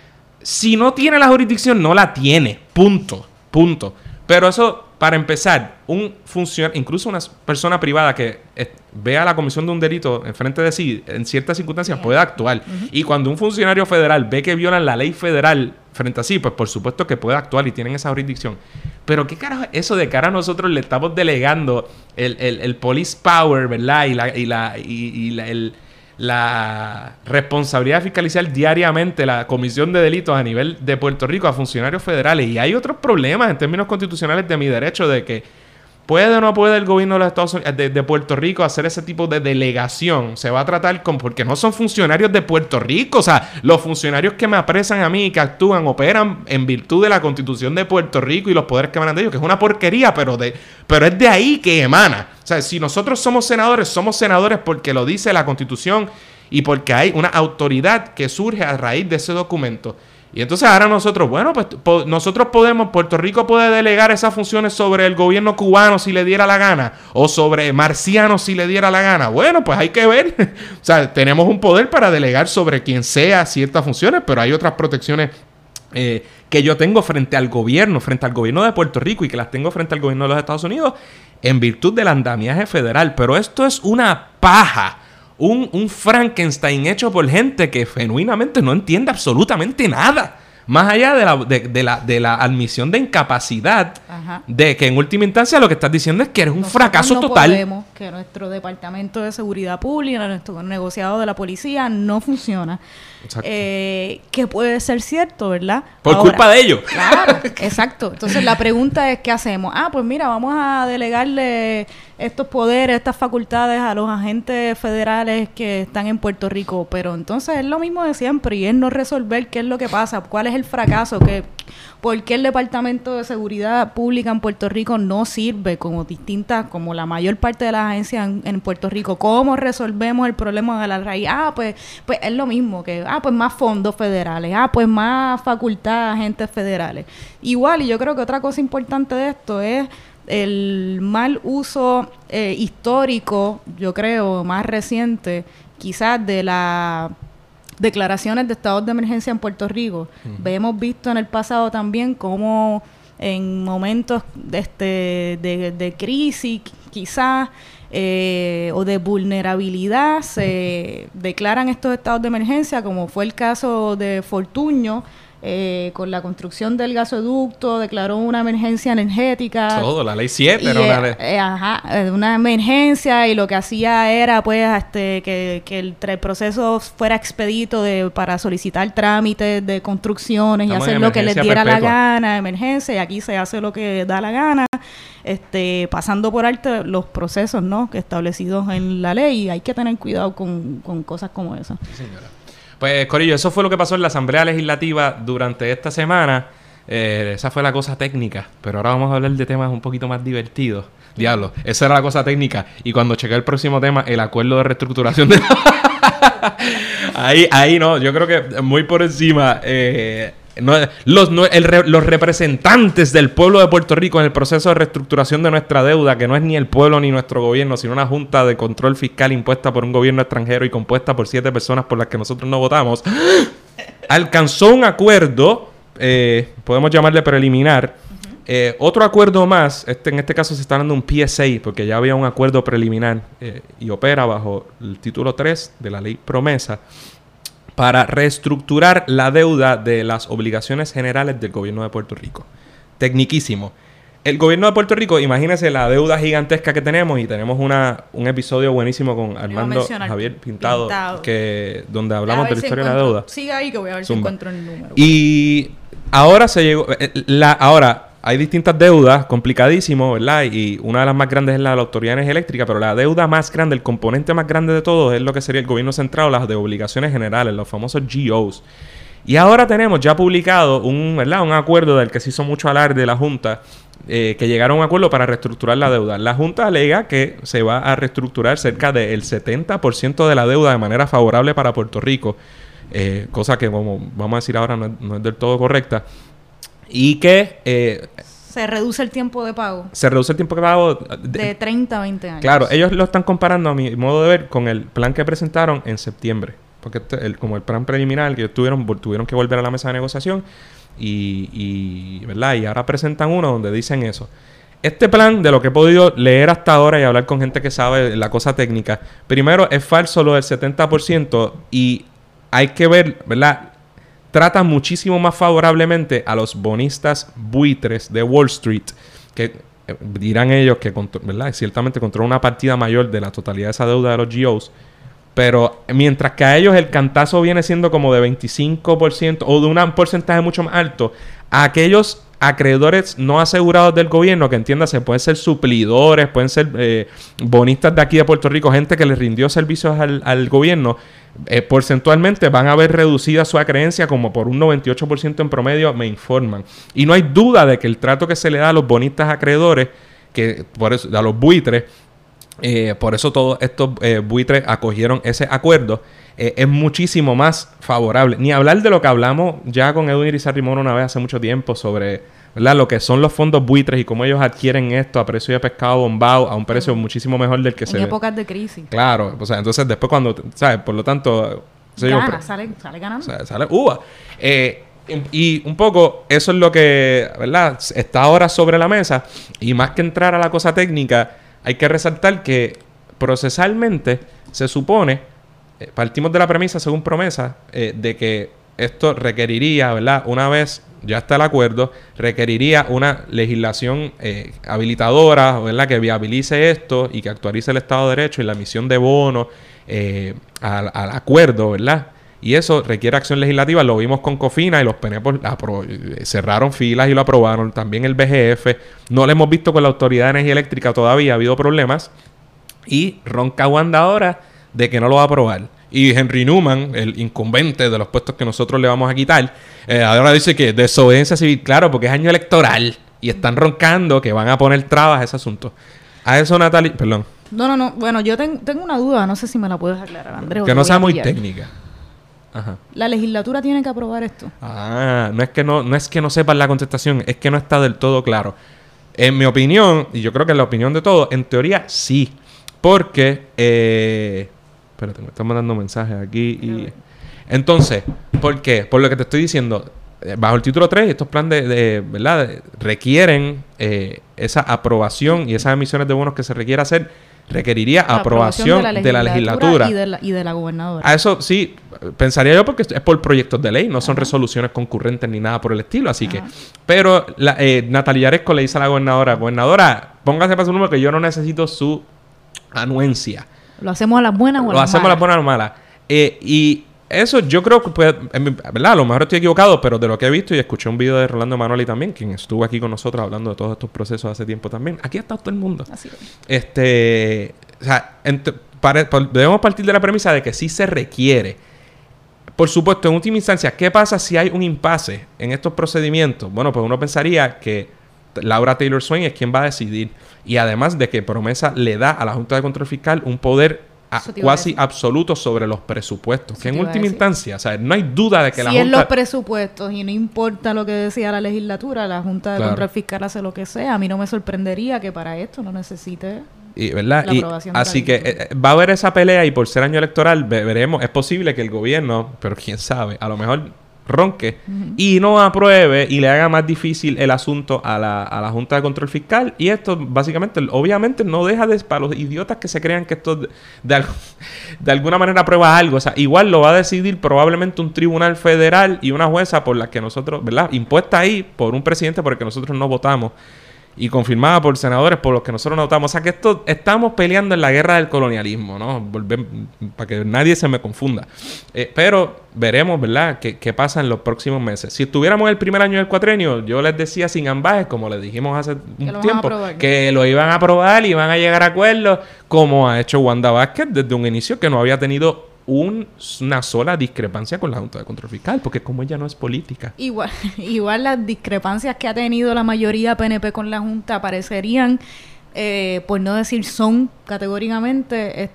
si no tiene la jurisdicción, no la tiene. Punto. Pero eso, para empezar, incluso una persona privada que vea la comisión de un delito enfrente de sí, en ciertas circunstancias puede actuar. Y cuando un funcionario federal ve que violan la ley federal frente a sí, pues por supuesto que puede actuar y tienen esa jurisdicción. Pero ¿qué carajo es eso de cara a nosotros le estamos delegando el police power, ¿verdad? Y la responsabilidad de fiscalizar diariamente la comisión de delitos a nivel de Puerto Rico a funcionarios federales? Y hay otros problemas en términos constitucionales de mi derecho de que ¿puede o no puede el gobierno de los Estados Unidos, de Puerto Rico hacer ese tipo de delegación? Se va a tratar porque no son funcionarios de Puerto Rico. O sea, los funcionarios que me apresan a mí y que actúan, operan en virtud de la Constitución de Puerto Rico y los poderes que emanan de ellos, que es una porquería, pero es de ahí que emana. O sea, si nosotros somos senadores porque lo dice la Constitución y porque hay una autoridad que surge a raíz de ese documento. Y entonces ahora nosotros, bueno, pues Puerto Rico puede delegar esas funciones sobre el gobierno cubano si le diera la gana, o sobre marcianos si le diera la gana. Bueno, pues hay que ver. O sea, tenemos un poder para delegar sobre quien sea ciertas funciones, pero hay otras protecciones que yo tengo frente al gobierno de Puerto Rico y que las tengo frente al gobierno de los Estados Unidos en virtud del andamiaje federal. Pero esto es una paja. Un Frankenstein hecho por gente que genuinamente no entiende absolutamente nada. Más allá de la admisión de incapacidad, Ajá. de que en última instancia lo que estás diciendo es que eres un Nosotros fracaso no total. Podemos, que nuestro Departamento de Seguridad Pública, nuestro negociado de la policía no funciona. Exacto. Que puede ser cierto, ¿verdad? Por Ahora, culpa de ellos. Claro, exacto. Entonces la pregunta es, ¿qué hacemos? Pues mira, vamos a delegarle estos poderes, estas facultades a los agentes federales que están en Puerto Rico. Pero entonces es lo mismo de siempre y es no resolver qué es lo que pasa, cuál es el fracaso, por qué el Departamento de Seguridad Pública en Puerto Rico no sirve como la mayor parte de las agencias en Puerto Rico. ¿Cómo resolvemos el problema de la raíz? Pues es lo mismo que, pues más fondos federales, pues más facultad a agentes federales. Igual, y yo creo que otra cosa importante de esto es el mal uso histórico, yo creo, más reciente, quizás de la declaraciones de estados de emergencia en Puerto Rico. Hemos visto en el pasado también cómo en momentos de crisis, quizás, o de vulnerabilidad, se declaran estos estados de emergencia, como fue el caso de Fortuño, con la construcción del gasoducto, declaró una emergencia energética. Todo, la ley 7 era una ley. Una emergencia, y lo que hacía era pues que el proceso fuera expedito para solicitar trámites de construcciones. Estamos y hacer lo que les diera perpetua. La gana, emergencia, y aquí se hace lo que da la gana, pasando por alto los procesos, ¿no?, que establecidos en la ley, y hay que tener cuidado con cosas como esa. Sí, señora. Pues, corillo, eso fue lo que pasó en la Asamblea Legislativa durante esta semana. Esa fue la cosa técnica. Pero ahora vamos a hablar de temas un poquito más divertidos. Diablo, esa era la cosa técnica. Y cuando chequé el próximo tema, el acuerdo de reestructuración de... ahí no, yo creo que muy por encima... los representantes del pueblo de Puerto Rico en el proceso de reestructuración de nuestra deuda, que no es ni el pueblo ni nuestro gobierno, sino una junta de control fiscal impuesta por un gobierno extranjero y compuesta por 7 personas por las que nosotros no votamos, alcanzó un acuerdo, podemos llamarle preliminar. Otro acuerdo más, en este caso se está dando un PSA, porque ya había un acuerdo preliminar y opera bajo el título 3 de la ley promesa, para reestructurar la deuda de las obligaciones generales del gobierno de Puerto Rico. Tecniquísimo. El gobierno de Puerto Rico, imagínense la deuda gigantesca que tenemos, y tenemos un episodio buenísimo con Armando Javier Pintado. Donde hablamos de la historia de la deuda. Sigue ahí que voy a ver si encuentro el número. Y ahora se llegó... ahora hay distintas deudas, complicadísimo, ¿verdad? Y una de las más grandes es la de la Autoridad de Energía Eléctrica, pero la deuda más grande, el componente más grande de todo es lo que sería el gobierno central, las de obligaciones generales, los famosos GOs. Y ahora tenemos ya publicado un acuerdo del que se hizo mucho alarde de la Junta, que llegaron a un acuerdo para reestructurar la deuda. La Junta alega que se va a reestructurar cerca del 70% de la deuda de manera favorable para Puerto Rico, cosa que, como vamos a decir ahora, no es del todo correcta. Y que... se reduce el tiempo de pago. Se reduce el tiempo de pago... De 30 a 20 años. Claro, ellos lo están comparando, a mi modo de ver, con el plan que presentaron en septiembre. Porque como el plan preliminar que ellos tuvieron que volver a la mesa de negociación. ¿Verdad? Y ahora presentan uno donde dicen eso. Este plan, de lo que he podido leer hasta ahora y hablar con gente que sabe la cosa técnica, primero es falso lo del 70%, y hay que ver, ¿verdad?, trata muchísimo más favorablemente a los bonistas buitres de Wall Street, que dirán ellos que, ¿verdad?, ciertamente controlan una partida mayor de la totalidad de esa deuda de los GOs, pero mientras que a ellos el cantazo viene siendo como de 25% o de un porcentaje mucho más alto, a aquellos acreedores no asegurados del gobierno, que entiéndase, pueden ser suplidores, pueden ser bonistas de aquí de Puerto Rico, gente que les rindió servicios al gobierno, porcentualmente van a ver reducida su acreencia como por un 98% en promedio, me informan. Y no hay duda de que el trato que se le da a los bonistas acreedores, que por eso a los buitres, por eso todos estos buitres acogieron ese acuerdo, es muchísimo más favorable. Ni hablar de lo que hablamos ya con Edwin Irizarry-Mono una vez hace mucho tiempo sobre, ¿verdad?, lo que son los fondos buitres y cómo ellos adquieren esto a precio de pescado bombado a un precio muchísimo mejor del que en épocas de crisis. Claro, o sea, entonces después cuando, ¿sabes? Por lo tanto... sale ganando. Sale uva. Y un poco eso es lo que, ¿verdad?, está ahora sobre la mesa. Y más que entrar a la cosa técnica, hay que resaltar que procesalmente se supone, partimos de la premisa, según promesa, de que esto requeriría, ¿verdad? Una vez ya está el acuerdo, requeriría una legislación habilitadora, ¿verdad? Que viabilice esto y que actualice el Estado de Derecho y la emisión de bonos al acuerdo, ¿verdad? Y eso requiere acción legislativa. Lo vimos con Cofina y los PNP cerraron filas y lo aprobaron. También el BGF. No lo hemos visto con la Autoridad de Energía Eléctrica todavía. Ha habido problemas. Y ronca Wanda ahora de que no lo va a aprobar. Y Henry Newman, el incumbente de los puestos que nosotros le vamos a quitar, ahora dice que desobediencia civil. Claro, porque es año electoral. Y están roncando que van a poner trabas a ese asunto. A eso, Natalie... Perdón. No. Bueno, yo tengo una duda. No sé si me la puedes aclarar, Andrés. Que no sea muy técnica. Ajá. La legislatura tiene que aprobar esto. No es que no sepan la contestación, es que no está del todo claro. En mi opinión, y yo creo que es la opinión de todos, en teoría sí. Porque, espérate, me están mandando mensajes aquí. Entonces, ¿por qué? Por lo que te estoy diciendo, bajo el título 3, estos planes ¿verdad? Requieren esa aprobación y esas emisiones de bonos que se requiere hacer. Requeriría aprobación de la legislatura y de la gobernadora. A eso sí, pensaría yo porque es por proyectos de ley, no son resoluciones concurrentes ni nada por el estilo, así que... Pero Natalia Yaresco le dice a la gobernadora, póngase para su número que yo no necesito su anuencia. ¿Lo hacemos a las buenas o a las malas? Lo hacemos a las buenas o a las malas. Y eso yo creo que, ¿verdad? A lo mejor estoy equivocado, pero de lo que he visto y escuché un video de Rolando Emanueli también, quien estuvo aquí con nosotros hablando de todos estos procesos hace tiempo también. Aquí ha estado todo el mundo. Así es. O sea, debemos partir de la premisa de que sí se requiere. Por supuesto, en última instancia, ¿qué pasa si hay un impasse en estos procedimientos? Bueno, pues uno pensaría que Laura Taylor Swain es quien va a decidir. Y además de que Promesa le da a la Junta de Control Fiscal un poder cuasi absoluto sobre los presupuestos. Que en última instancia, o sea, no hay duda de que la Junta... Si en los presupuestos y no importa lo que decía la legislatura, la Junta de Control Fiscal hace lo que sea. A mí no me sorprendería que para esto no necesite ¿verdad? la aprobación de la así que va a haber esa pelea y por ser año electoral veremos. Es posible que el gobierno, pero quién sabe, a lo mejor ronque y no apruebe y le haga más difícil el asunto a la Junta de Control Fiscal. Y esto básicamente, obviamente, no deja de... Para los idiotas que se crean que esto de alguna manera aprueba algo. O sea, igual lo va a decidir probablemente un tribunal federal y una jueza por la que nosotros, ¿verdad? Impuesta ahí por un presidente por el que nosotros no votamos. Y confirmada por senadores por los que nosotros no votamos. O sea, que esto estamos peleando en la guerra del colonialismo, ¿no? Para que nadie se me confunda. Pero veremos, ¿verdad?, qué pasa en los próximos meses. Si estuviéramos en el primer año del cuatrenio, yo les decía sin ambajes, como les dijimos hace un tiempo, que lo iban a aprobar y iban a llegar a acuerdos, como ha hecho Wanda Vázquez desde un inicio que no había tenido una sola discrepancia con la Junta de Control Fiscal, porque como ella no es política. Igual las discrepancias que ha tenido la mayoría PNP con la Junta parecerían, por no decir son categóricamente,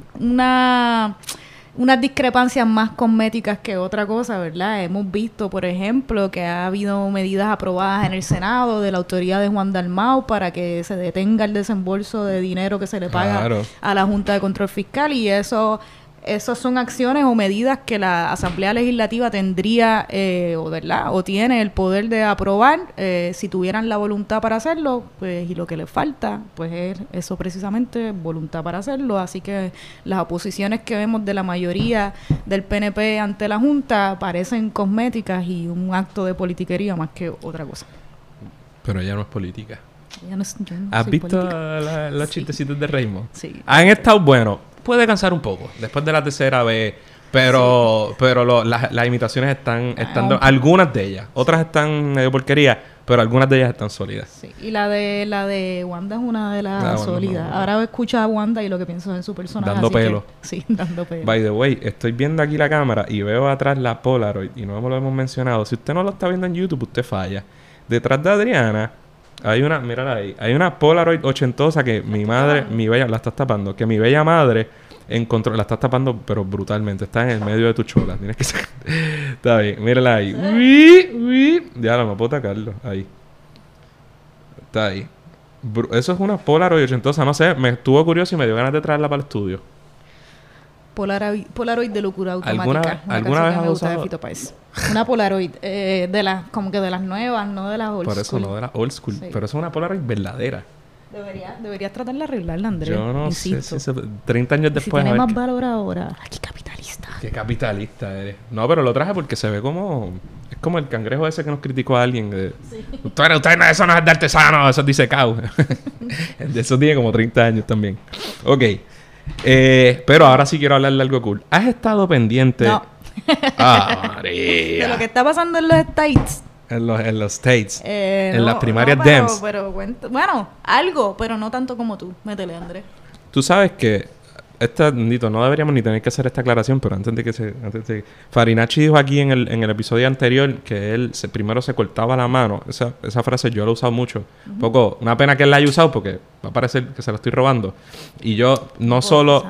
unas discrepancias más cosméticas que otra cosa, ¿verdad? Hemos visto, por ejemplo, que ha habido medidas aprobadas en el Senado de la autoridad de Juan Dalmau para que se detenga el desembolso de dinero que se le paga a la Junta de Control Fiscal, y esas son acciones o medidas que la Asamblea Legislativa tendría, o tiene el poder de aprobar, si tuvieran la voluntad para hacerlo, pues, y lo que les falta, pues es eso precisamente, voluntad para hacerlo. Así que las oposiciones que vemos de la mayoría del PNP ante la Junta parecen cosméticas y un acto de politiquería más que otra cosa. Pero ella no es política. Yo no ¿Has visto los chistecitos de Raymond? Sí. Han estado buenos. Puede cansar un poco después de la tercera vez, pero las imitaciones están algunas de ellas, otras están medio porquería, pero algunas de ellas están sólidas. Sí, y la de Wanda es una de las sólidas. No. Ahora escucho a Wanda y lo que pienso en su personaje. Dando pelo. Sí, dando pelo. By the way, estoy viendo aquí la cámara y veo atrás la Polaroid y no lo hemos mencionado. Si usted no lo está viendo en YouTube, usted falla. Detrás de Adriana hay una, mírala ahí, hay una Polaroid ochentosa que mi madre, la estás tapando, que mi bella madre encontró, la estás tapando pero brutalmente, está en el medio de tu chola, tienes que sacar. Está bien, mírala ahí. Ya no puedo tacarlo, ahí. Está ahí. Eso es una Polaroid ochentosa, no sé, me estuvo curioso y me dio ganas de traerla para el estudio. Polaroid de locura automática. ¿Alguna vez has usado? Una Polaroid de las, como que de las nuevas, no de las old school. Por eso no de las old school, sí. Pero es una Polaroid verdadera. Deberías tratar de arreglarla, Andrés. Yo no insisto. sé si 30 años después. Si tiene más valor ahora. Aquí capitalistas. Qué capitalista eres. No, pero lo traje porque se ve como... Es como el cangrejo ese que nos criticó a alguien. Sí. Eso no es de artesano, eso es disecado. Eso tiene como 30 años también. Ok. Pero ahora sí quiero hablar de algo cool. ¿Has estado pendiente? No. Ah, María. De lo que está pasando en los States. En los States. En las No, primarias no, Dems. Bueno, algo, pero no tanto como tú. Métele, Andrés. Tú sabes que... no deberíamos ni tener que hacer esta aclaración, pero antes de Farinacci dijo aquí en el episodio anterior que él primero se cortaba la mano. Esa frase yo la he usado mucho. Un poco, una pena que él la haya usado porque va a parecer que se la estoy robando. Y yo no solo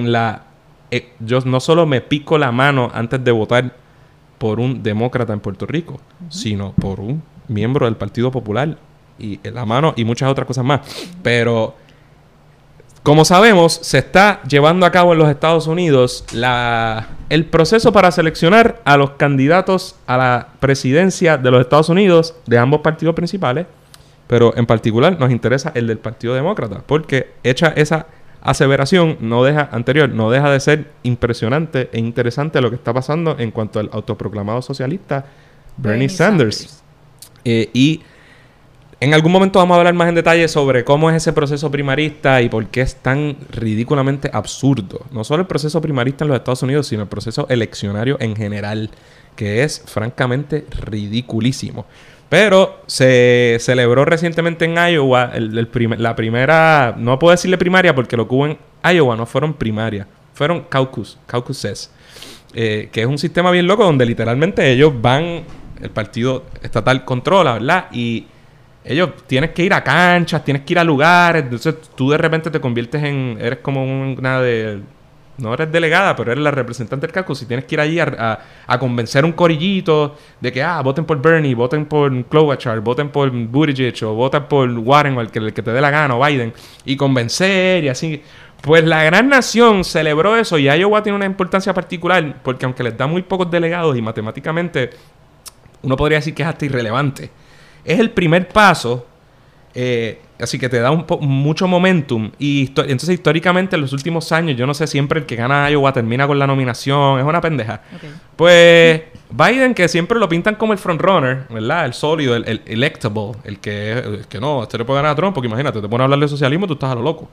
yo no solo me pico la mano antes de votar por un demócrata en Puerto Rico, sino por un miembro del Partido Popular y la mano y muchas otras cosas más. Pero como sabemos, se está llevando a cabo en los Estados Unidos el proceso para seleccionar a los candidatos a la presidencia de los Estados Unidos de ambos partidos principales, pero en particular nos interesa el del Partido Demócrata, porque hecha esa aseveración no deja de ser impresionante e interesante lo que está pasando en cuanto al autoproclamado socialista Bernie Sanders. Y en algún momento vamos a hablar más en detalle sobre cómo es ese proceso primarista y por qué es tan ridículamente absurdo. No solo el proceso primarista en los Estados Unidos, sino el proceso eleccionario en general, que es francamente ridiculísimo. Pero se celebró recientemente en Iowa la primera... No puedo decirle primaria porque lo que hubo en Iowa no fueron primarias. Fueron caucuses. Que es un sistema bien loco donde literalmente ellos van... El partido estatal controla, ¿verdad? Y ellos tienes que ir a canchas, tienes que ir a lugares. Entonces tú de repente te conviertes en... Eres como una de... No eres delegada, pero eres la representante del caucus y tienes que ir allí a convencer un corillito de que, voten por Bernie, voten por Klobuchar, voten por Buttigieg o voten por Warren o el que te dé la gana o Biden y convencer y así. Pues la gran nación celebró eso y Iowa tiene una importancia particular porque aunque les da muy pocos delegados y matemáticamente uno podría decir que es hasta irrelevante, es el primer paso. Así que te da mucho momentum. Y entonces históricamente en los últimos años, yo no sé, siempre el que gana Iowa termina con la nominación. Es una pendeja. Okay. Pues Biden, que siempre lo pintan como el frontrunner, ¿verdad? El sólido, el electable. El que no, este le puede ganar a Trump. Porque imagínate, te pones a hablar de socialismo y tú estás a lo loco.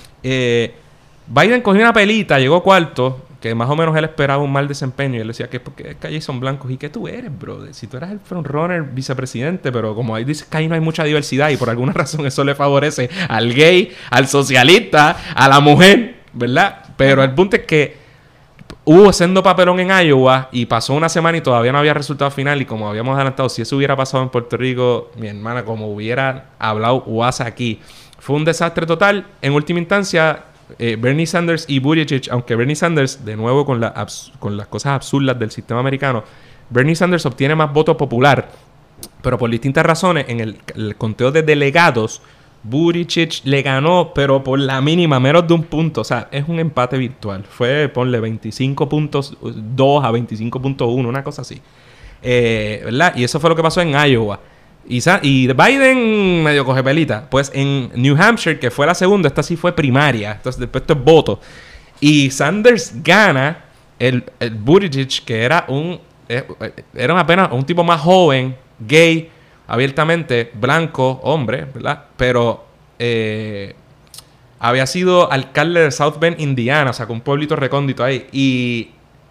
Biden cogió una pelita, llegó cuarto, que más o menos él esperaba un mal desempeño. Y él decía que es porque allí son blancos. ¿Y qué tú eres, brother? Si tú eras el frontrunner vicepresidente, pero como ahí dices que ahí no hay mucha diversidad y por alguna razón eso le favorece al gay, al socialista, a la mujer, ¿verdad? Pero el punto es que hubo sendo papelón en Iowa y pasó una semana y todavía no había resultado final. Y como habíamos adelantado, si eso hubiera pasado en Puerto Rico, mi hermana, como hubiera hablado WhatsApp aquí, fue un desastre total. En última instancia... Bernie Sanders y Buttigieg, aunque Bernie Sanders, de nuevo con las cosas absurdas del sistema americano, Bernie Sanders obtiene más voto popular, pero por distintas razones, en el conteo de delegados, Buttigieg le ganó, pero por la mínima, menos de un punto. O sea, es un empate virtual. Fue, ponle 25.2 a 25.1, una cosa así. ¿Verdad? Y eso fue lo que pasó en Iowa. Y Biden medio coge pelita. Pues en New Hampshire, que fue la segunda, esta sí fue primaria. Entonces después esto es voto. Y Sanders gana el Buttigieg, que era apenas un tipo más joven, gay, abiertamente, blanco, hombre, ¿verdad? Pero había sido alcalde de South Bend, Indiana, o sea, con un pueblito recóndito ahí.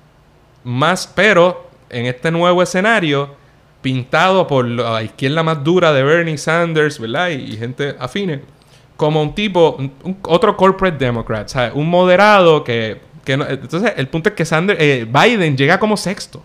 Pero en este nuevo escenario... pintado por la izquierda más dura de Bernie Sanders, ¿verdad? Y gente afines. Como un tipo... otro corporate democrat, ¿sabes? Un moderado que no... Entonces, el punto es que Biden llega como sexto.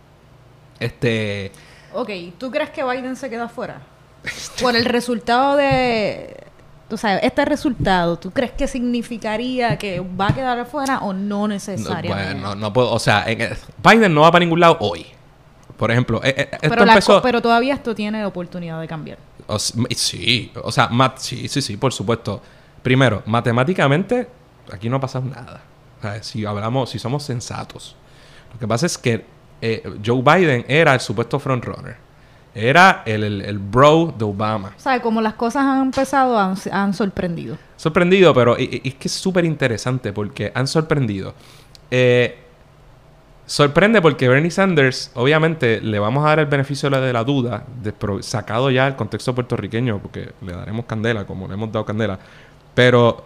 Ok, ¿tú crees que Biden se queda fuera? Por el resultado de... Tú sabes, este resultado, ¿tú crees que significaría que va a quedar afuera o no necesariamente? Bueno, no puedo... O sea, Biden no va para ningún lado hoy. Por ejemplo, pero todavía esto tiene oportunidad de cambiar. Sí, o sea, sí, por supuesto. Primero, matemáticamente, aquí no ha pasado nada. O sea, si somos sensatos. Lo que pasa es que Joe Biden era el supuesto frontrunner. Era el bro de Obama. O sea, como las cosas han empezado, han sorprendido. Sorprendido, pero es que es súper interesante porque han sorprendido. sorprende porque Bernie Sanders, obviamente, le vamos a dar el beneficio de la duda, sacado ya el contexto puertorriqueño, porque le daremos candela, como le hemos dado candela. Pero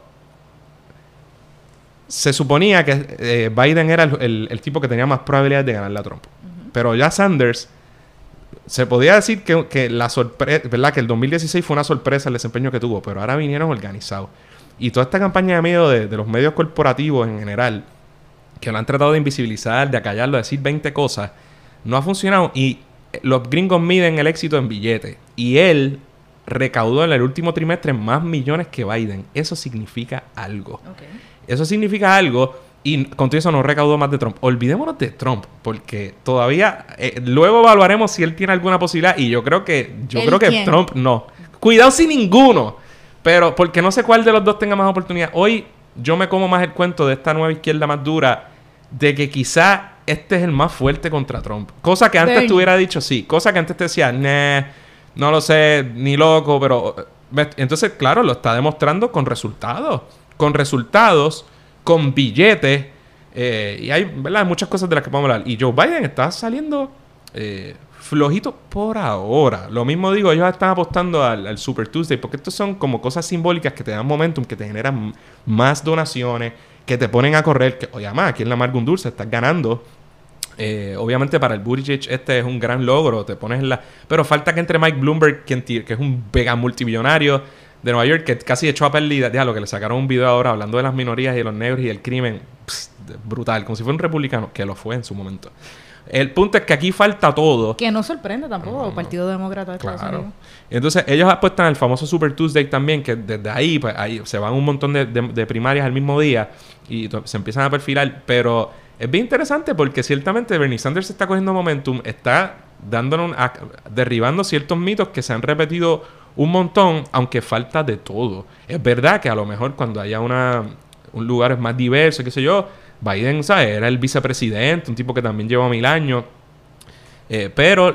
se suponía que Biden era el tipo que tenía más probabilidades de ganarle a Trump. Pero ya Sanders, se podía decir que la sorpresa, ¿verdad? Que el 2016 fue una sorpresa el desempeño que tuvo, pero ahora vinieron organizados. Y toda esta campaña de miedo de los medios corporativos en general, que lo han tratado de invisibilizar, de acallarlo, de decir 20 cosas, no ha funcionado. Y los gringos miden el éxito en billetes. Y él recaudó en el último trimestre más millones que Biden. Eso significa algo. Okay. Eso significa algo. Y con todo eso no recaudó más de Trump. Olvidémonos de Trump, porque todavía... luego evaluaremos si él tiene alguna posibilidad. Y yo creo que Trump no. Cuidado si ninguno. Pero porque no sé cuál de los dos tenga más oportunidad. Hoy yo me como más el cuento de esta nueva izquierda más dura, de que quizá este es el más fuerte contra Trump. Cosa que antes te hubiera dicho sí. Cosa que antes te decía, no lo sé, ni loco, pero... Entonces, claro, lo está demostrando con resultados. Con billetes. Y hay, ¿verdad? Muchas cosas de las que podemos hablar. Y Joe Biden está saliendo flojito por ahora. Lo mismo digo, ellos están apostando al Super Tuesday, porque estos son como cosas simbólicas que te dan momentum, que te generan más donaciones, que te ponen a correr. Que, oye, además, aquí en la Amarga un Dulce estás ganando. Obviamente para el Buttigieg este es un gran logro. Te pones en la... Pero falta que entre Mike Bloomberg, que es un vega multimillonario de Nueva York, que casi echó a pérdida, lo que le sacaron un video ahora hablando de las minorías y de los negros y del crimen. Brutal, como si fuera un republicano, que lo fue en su momento. El punto es que aquí falta todo. Que no sorprende tampoco, el Partido Demócrata de Estados Unidos. Entonces, ellos apuestan al famoso Super Tuesday también, que desde ahí, pues, ahí se van un montón de primarias al mismo día y se empiezan a perfilar. Pero es bien interesante porque ciertamente Bernie Sanders está cogiendo momentum, está derribando ciertos mitos que se han repetido un montón, aunque falta de todo. Es verdad que a lo mejor cuando haya un lugar más diverso, qué sé yo, Biden, ¿sabes? Era el vicepresidente, un tipo que también lleva 1000 años. Pero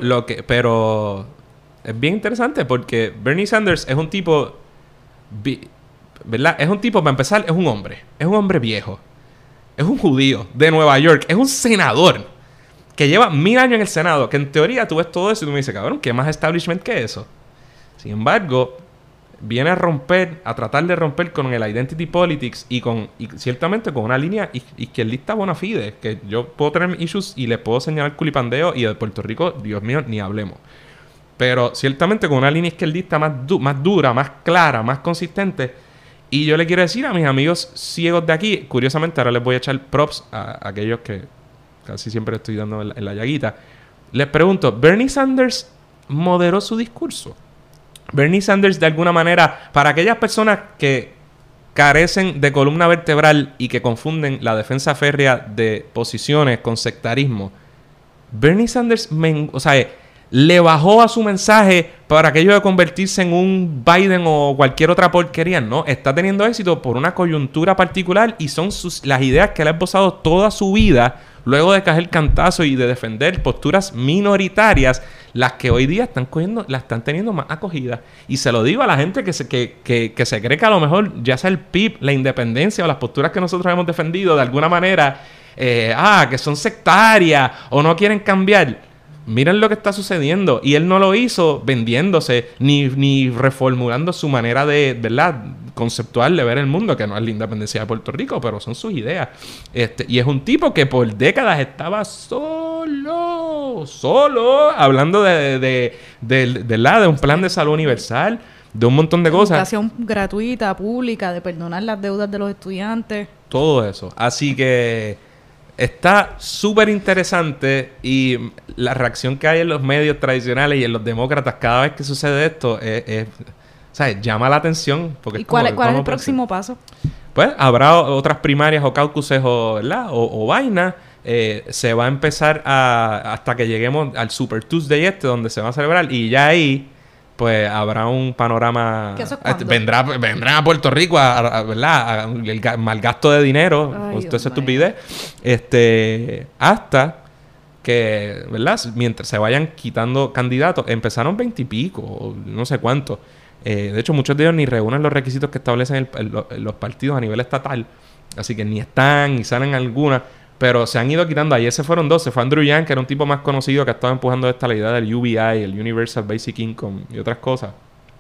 es bien interesante porque Bernie Sanders es un tipo, ¿verdad? Es un tipo, para empezar, es un hombre viejo. Es un judío de Nueva York. Es un senador que lleva 1000 años en el Senado. Que en teoría tú ves todo eso y tú me dices, cabrón, ¿qué más establishment que eso? Sin embargo, viene a tratar de romper con el identity politics y ciertamente con una línea izquierdista bona fide, que yo puedo tener issues y le puedo señalar culipandeo, y de Puerto Rico, Dios mío, ni hablemos. Pero ciertamente con una línea izquierdista más dura, más clara, más consistente. Y yo le quiero decir a mis amigos ciegos de aquí, curiosamente ahora les voy a echar props a aquellos que casi siempre estoy dando en la llaguita. Les pregunto, ¿Bernie Sanders moderó su discurso? Bernie Sanders, de alguna manera, para aquellas personas que carecen de columna vertebral y que confunden la defensa férrea de posiciones con sectarismo, Bernie Sanders, le bajó a su mensaje para aquello de convertirse en un Biden o cualquier otra porquería. No, está teniendo éxito por una coyuntura particular y son las ideas que él ha esbozado toda su vida, luego de caer cantazo y de defender posturas minoritarias, las que hoy día la están teniendo más acogida. Y se lo digo a la gente que se cree que a lo mejor, ya sea el PIB, la independencia o las posturas que nosotros hemos defendido de alguna manera, que son sectarias o no quieren cambiar. Miren lo que está sucediendo. Y él no lo hizo vendiéndose ni reformulando su manera de, ¿verdad?, conceptual de ver el mundo, que no es la independencia de Puerto Rico, pero son sus ideas. Y es un tipo que por décadas estaba solo, hablando de un plan de salud universal, de un montón de cosas. Educación gratuita, pública, de perdonar las deudas de los estudiantes. Todo eso. Así que está súper interesante, y la reacción que hay en los medios tradicionales y en los demócratas cada vez que sucede esto ¿sabes? Llama la atención. Porque ¿Y cuál es el próximo paso? Pues habrá otras primarias o caucuses ¿verdad? o vainas. Se va a empezar hasta que lleguemos al Super Tuesday donde se va a celebrar, y ya ahí pues habrá un panorama. ¿Qué eso es cuándo? Vendrán a Puerto Rico ¿verdad? El malgasto de dinero. Ay, toda esa estupidez. Hasta que, ¿verdad? Mientras se vayan quitando candidatos. Empezaron 20 y pico, no sé cuántos. De hecho, muchos de ellos ni reúnen los requisitos que establecen los partidos a nivel estatal. Así que ni están, ni salen algunas. Pero se han ido quitando. Ayer se fueron dos. Se fue Andrew Yang, que era un tipo más conocido que ha estado empujando esta la idea del UBI, el Universal Basic Income y otras cosas.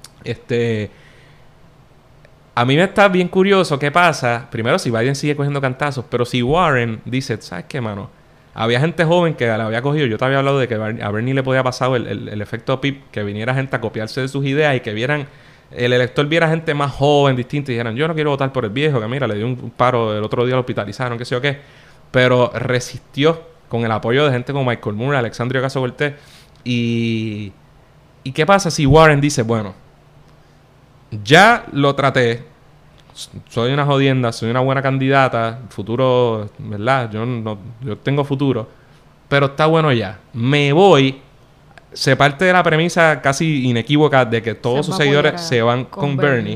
A mí me está bien curioso qué pasa. Primero, si Biden sigue cogiendo cantazos. Pero si Warren dice, ¿sabes qué, mano? Había gente joven que la había cogido. Yo te había hablado de que a Bernie le podía pasar el efecto PIP. Que viniera gente a copiarse de sus ideas y que vieran... El elector viera gente más joven, distinta, y dijeran, yo no quiero votar por el viejo, que mira, le dio un paro, el otro día lo hospitalizaron, qué sé yo qué. Pero resistió con el apoyo de gente como Michael Moore, Alexandria Ocasio-Cortez. ¿Y qué pasa si Warren dice, bueno, ya lo traté, soy una jodienda, soy una buena candidata, futuro, ¿verdad? Yo tengo futuro, pero está bueno ya. Me voy. Se parte de la premisa casi inequívoca de que todos sus seguidores se van con Bernie.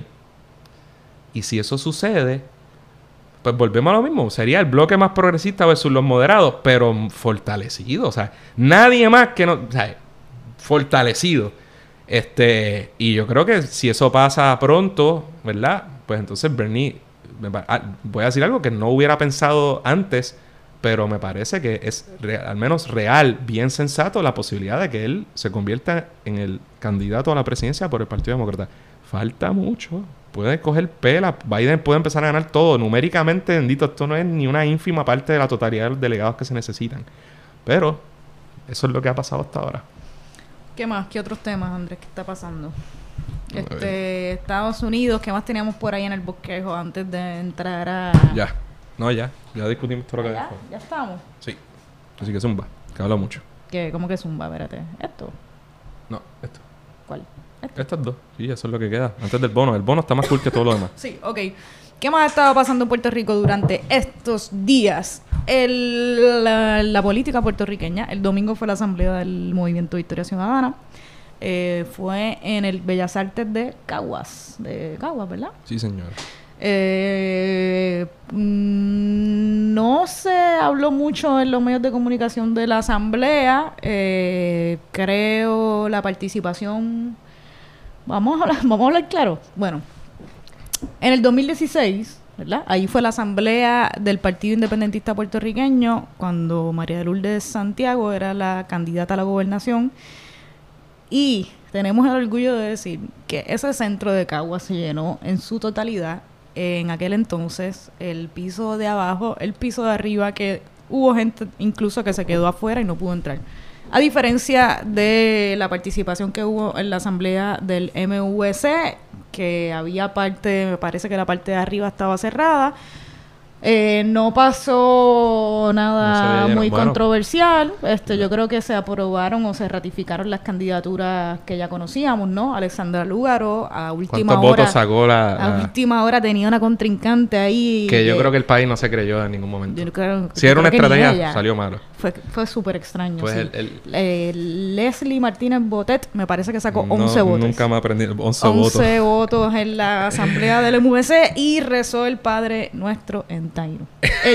Y si eso sucede, pues volvemos a lo mismo. Sería el bloque más progresista versus los moderados, pero fortalecido. O sea, nadie más que no... O sea, fortalecido. Y yo creo que si eso pasa pronto, ¿verdad? Pues entonces Bernie... voy a decir algo que no hubiera pensado antes... Pero me parece que es al menos real, bien sensato, la posibilidad de que él se convierta en el candidato a la presidencia por el Partido Demócrata. Falta mucho. Puede coger pela. Biden puede empezar a ganar todo. Numéricamente, bendito, esto no es ni una ínfima parte de la totalidad de los delegados que se necesitan. Pero eso es lo que ha pasado hasta ahora. ¿Qué más? ¿Qué otros temas, Andrés? ¿Qué está pasando? Estados Unidos, ¿qué más teníamos por ahí en el bosquejo antes de entrar a...? Ya discutimos todo lo que dejó. ¿Ya estamos? Sí. Así que zumba, que habla mucho. ¿Cómo que zumba? Espérate. ¿Esto? No, esto. ¿Cuál? Estas dos. Sí, eso es lo que queda. Antes del bono. El bono está más cool que todo lo demás. Sí, ok. ¿Qué más ha estado pasando en Puerto Rico durante estos días? La política puertorriqueña. El domingo fue la asamblea del Movimiento Victoria Ciudadana. Fue en el Bellas Artes de Caguas. De Caguas, ¿verdad? Sí, señor. No se habló mucho en los medios de comunicación de la asamblea. Creo la participación... Vamos a hablar claro. Bueno, en el 2016, ¿verdad? Ahí fue la asamblea del Partido Independentista Puertorriqueño cuando María de Lourdes Santiago era la candidata a la gobernación. Y tenemos el orgullo de decir que ese centro de Caguas se llenó en su totalidad. En aquel entonces, el piso de abajo, el piso de arriba, que hubo gente incluso que se quedó afuera y no pudo entrar. A diferencia de la participación que hubo en la asamblea del MVC, que había parte, me parece que la parte de arriba estaba cerrada. No pasó nada muy controversial. Yo creo que se aprobaron o se ratificaron las candidaturas que ya conocíamos, ¿no? Alexandra Lúgaro, a última hora. ¿Cuántos votos sacó a última hora tenía una contrincante ahí. Que yo creo que el país no se creyó en ningún momento. Si era una estrategia, salió malo. Fue súper extraño. Pues sí. Leslie Martínez Botet, me parece que sacó 11 votos. Nunca me aprendí 11 votos. 11 votos en la asamblea del MVC y rezó el Padre Nuestro en taíno.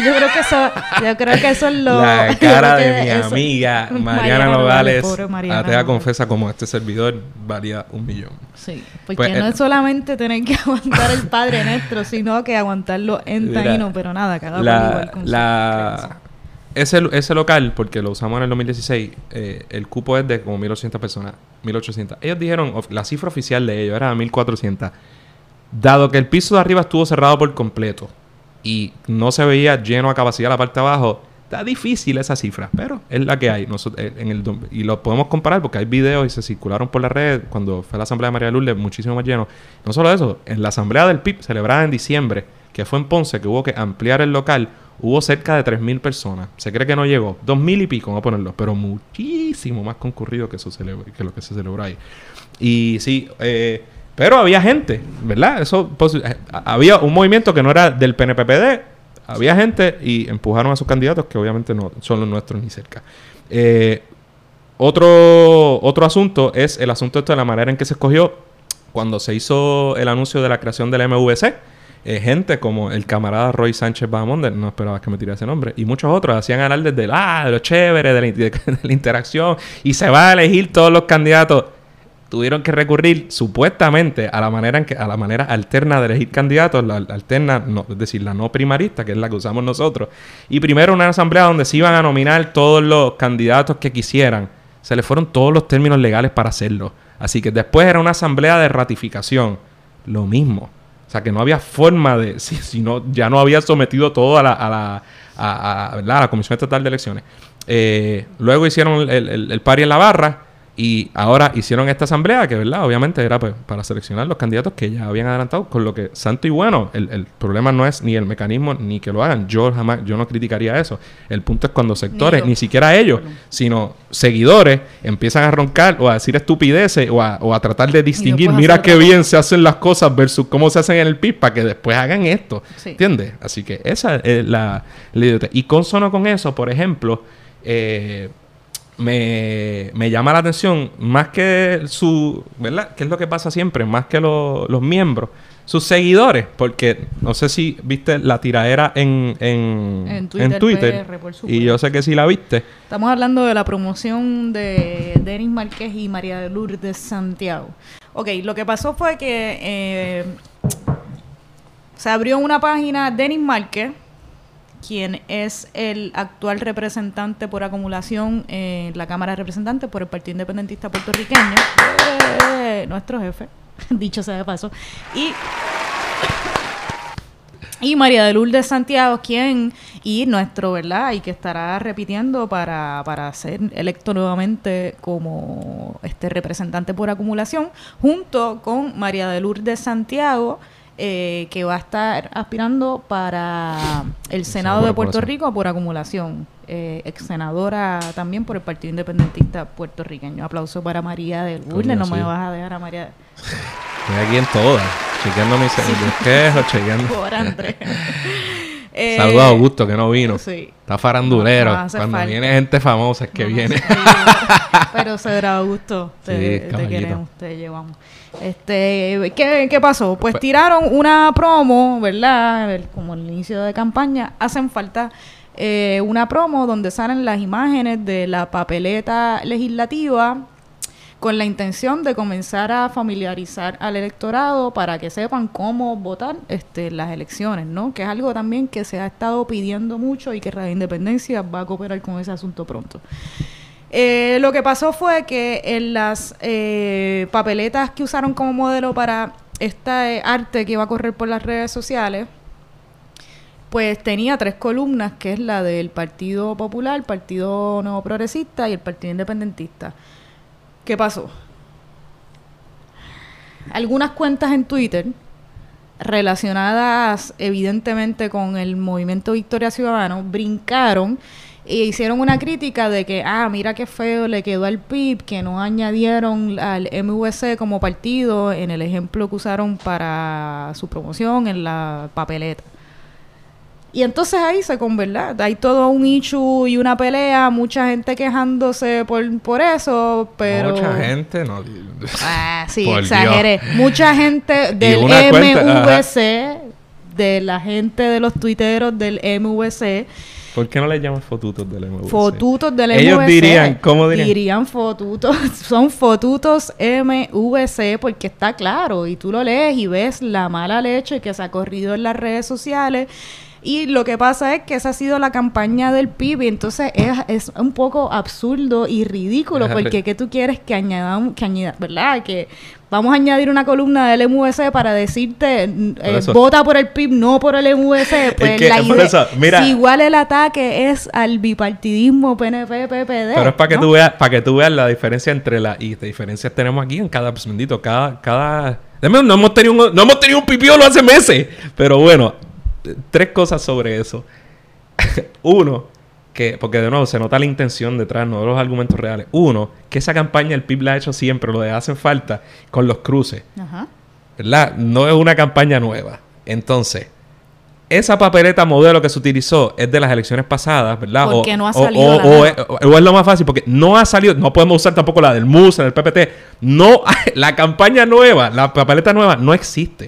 Yo creo que eso es lo... La cara de mi amiga Mariana Nogales, atea confesa como este servidor, valía 1,000,000. Sí, porque pues, no es solamente tener que aguantar el Padre Nuestro, sino que aguantarlo en taíno, pero nada, cada cual igual con ese local, porque lo usamos en el 2016, el cupo es de como 1,800 personas. 1,800. Ellos dijeron, la cifra oficial de ellos era 1,400. Dado que el piso de arriba estuvo cerrado por completo y no se veía lleno a capacidad la parte de abajo, está difícil esa cifra, pero es la que hay. Y lo podemos comparar porque hay videos y se circularon por la red cuando fue la asamblea de María Lourdes, muchísimo más lleno. No solo eso, en la asamblea del PIB celebrada en diciembre, que fue en Ponce, que hubo que ampliar el local, hubo cerca de 3,000 personas. Se cree que no llegó. 2,000 y pico, vamos a ponerlo. Pero muchísimo más concurrido que lo que se celebró ahí. Y sí, pero había gente, ¿verdad? Había un movimiento que no era del PNPPD. Había gente y empujaron a sus candidatos que obviamente no son los nuestros ni cerca. Otro asunto es el asunto de la manera en que se escogió cuando se hizo el anuncio de la creación del MVC. Gente como el camarada Roy Sánchez Bahamonde, no esperaba que me tirara ese nombre, y muchos otros hacían hablar de lo chévere, de la interacción, y se va a elegir todos los candidatos. tuvieron que recurrir supuestamente a la manera alterna de elegir candidatos, la alterna, no, es decir, la no primarista, que es la que usamos nosotros. Y primero una asamblea donde se iban a nominar todos los candidatos que quisieran. Se le fueron todos los términos legales para hacerlo. Así que después era una asamblea de ratificación. Lo mismo. O sea, que no había forma de... Si no, ya no había sometido todo a la Comisión Estatal de Elecciones. Luego hicieron el party en la barra y ahora hicieron esta asamblea que, ¿verdad? Obviamente era pues, para seleccionar los candidatos que ya habían adelantado, con lo que santo y bueno. El problema no es ni el mecanismo ni que lo hagan. Yo no criticaría eso. El punto es cuando sectores, ni siquiera ellos, sino seguidores, empiezan a roncar o a decir estupideces o a tratar de distinguir, mira qué bien se hacen las cosas versus cómo se hacen en el PIB para que después hagan esto. Sí. ¿Entiendes? Así que esa es la idiotez. Y consono con eso, por ejemplo... Me llama la atención más que ¿verdad? ¿Qué es lo que pasa siempre? Más que los miembros, sus seguidores, porque no sé si viste la tiradera en Twitter PR, y yo sé que sí la viste. Estamos hablando de la promoción de Denis Márquez y María de Lourdes Santiago. Ok, lo que pasó fue que se abrió una página, Denis Márquez, quien es el actual representante por acumulación en la Cámara de Representantes por el Partido Independentista Puertorriqueño, nuestro jefe, dicho sea de paso, y María de Lourdes Santiago, nuestro, ¿verdad? Y que estará repitiendo para ser electo nuevamente como representante por acumulación, junto con María de Lourdes Santiago, que va a estar aspirando para el Senado de Puerto Rico por acumulación, ex senadora también por el Partido Independentista Puertorriqueño. Aplauso para María de Lourdes. No me vas a dejar a María. Estoy aquí en todas, chequeando mis quejos, chequeando. Por Andrés. Saludos a Augusto, que no vino. Sí. Está farandulero. Cuando falta. viene gente famosa es que viene. Pero será Augusto. Te queremos, te llevamos. ¿Qué pasó? Pues tiraron una promo, ¿verdad? Como el inicio de campaña. Hacen falta una promo donde salen las imágenes de la papeleta legislativa con la intención de comenzar a familiarizar al electorado para que sepan cómo votar las elecciones, ¿no? Que es algo también que se ha estado pidiendo mucho y que Radio Independencia va a cooperar con ese asunto pronto. Lo que pasó fue que en las papeletas que usaron como modelo para este arte que iba a correr por las redes sociales, pues tenía 3 columnas, que es la del Partido Popular, el Partido Nuevo Progresista y el Partido Independentista. ¿Qué pasó? Algunas cuentas en Twitter relacionadas evidentemente con el movimiento Victoria Ciudadano brincaron e hicieron una crítica de que, mira qué feo le quedó al PIB que no añadieron al MVC como partido en el ejemplo que usaron para su promoción en la papeleta. Y entonces ahí ¿verdad? Hay todo un issue y una pelea, mucha gente quejándose por eso, pero... Mucha gente, no... sí, exageré. Dios. Mucha gente del MVC, de la gente de los tuiteros del MVC... ¿Por qué no le llaman fotutos del MVC? Fotutos del MVC. Ellos dirían, ¿cómo dirían? Dirían fotutos, son fotutos MVC porque está claro y tú lo lees y ves la mala leche que se ha corrido en las redes sociales. Y lo que pasa es que esa ha sido la campaña del PIB y entonces es un poco absurdo y ridículo porque ¿qué tú quieres que añadamos, ¿verdad? Que vamos a añadir una columna del MVC para decirte vota por el PIB, no por el MVC. Pues la idea, mira, si igual el ataque es al bipartidismo PNP-PPD. Pero es para que tú veas la diferencia entre y diferencias tenemos aquí en cada bendito, cada no hemos tenido un pipiolo hace meses, pero bueno. 3 cosas sobre eso. Uno, porque de nuevo se nota la intención detrás, no de los argumentos reales. Uno, que esa campaña el PIB la ha hecho siempre, lo de hacen falta con los cruces. Ajá. ¿Verdad? No es una campaña nueva. Entonces, esa papeleta modelo que se utilizó es de las elecciones pasadas, ¿verdad? Porque no ha salido o es lo más fácil, porque no ha salido, no podemos usar tampoco la del MUS, del PPT. No, la campaña nueva, la papeleta nueva no existe.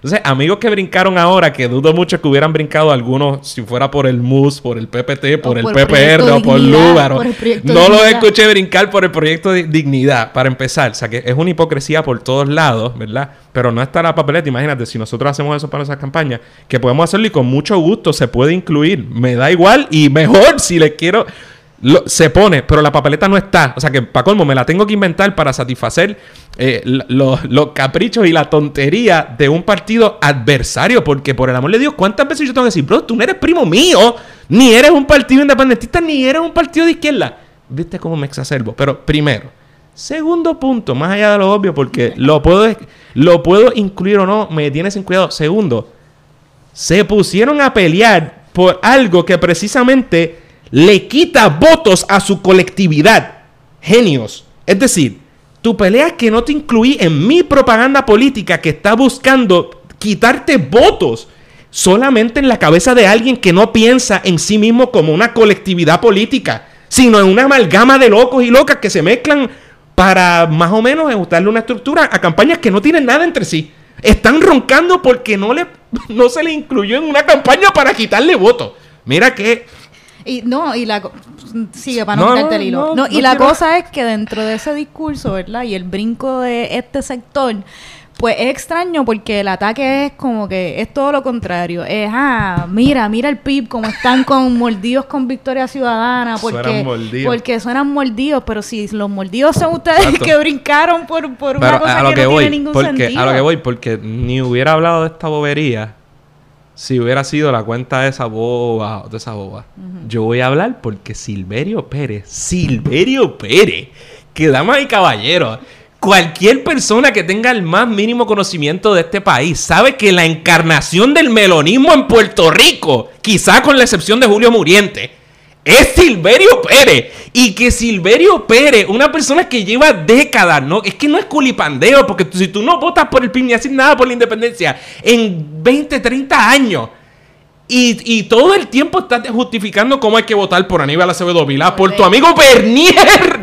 Entonces, amigos que brincaron ahora, que dudo mucho que hubieran brincado algunos, si fuera por el MUS, por el PPT, por el PPR o por Lúgaro. No los escuché brincar por el proyecto de Dignidad, para empezar. O sea, que es una hipocresía por todos lados, ¿verdad? Pero no está la papeleta. Imagínate, si nosotros hacemos eso para nuestras campañas, que podemos hacerlo y con mucho gusto se puede incluir. Me da igual y mejor si les quiero... se pone, pero la papeleta no está. O sea que, para colmo, me la tengo que inventar para satisfacer los caprichos y la tontería de un partido adversario. Porque, por el amor de Dios, ¿cuántas veces yo tengo que decir, bro, tú no eres primo mío, ni eres un partido independentista, ni eres un partido de izquierda? ¿Viste cómo me exacerbo? Pero, primero. Segundo punto, más allá de lo obvio, porque lo puedo incluir o no, me tiene sin cuidado. Segundo, se pusieron a pelear por algo que precisamente... le quita votos a su colectividad. Genios. Es decir, tu pelea es que no te incluí en mi propaganda política que está buscando quitarte votos solamente en la cabeza de alguien que no piensa en sí mismo como una colectividad política, sino en una amalgama de locos y locas que se mezclan para más o menos ajustarle una estructura a campañas que no tienen nada entre sí. Están roncando porque no se le incluyó en una campaña para quitarle votos. Mira que... sigue para no quitarte el hilo. La cosa es que dentro de ese discurso, ¿verdad? Y el brinco de este sector, pues es extraño porque el ataque es como que es todo lo contrario. Es, mira el PIB, como están mordidos con Victoria Ciudadana, porque suenan mordidos, pero si los mordidos son ustedes que brincaron por una cosa que no tiene ningún sentido. A lo que voy, porque ni hubiera hablado de esta bobería si hubiera sido la cuenta de esa boba o de esa boba. Yo voy a hablar porque Silverio Pérez, que damas y caballeros, cualquier persona que tenga el más mínimo conocimiento de este país sabe que la encarnación del melonismo en Puerto Rico, quizá con la excepción de Julio Muriente, es Silverio Pérez. Y que Silverio Pérez, una persona que lleva décadas, ¿no? Es que no es culipandeo, porque si tú no votas por el PIB ni haces nada por la independencia en 20, 30 años, y todo el tiempo estás justificando cómo hay que votar por Aníbal Acevedo Vilá, por tu amigo Bernier,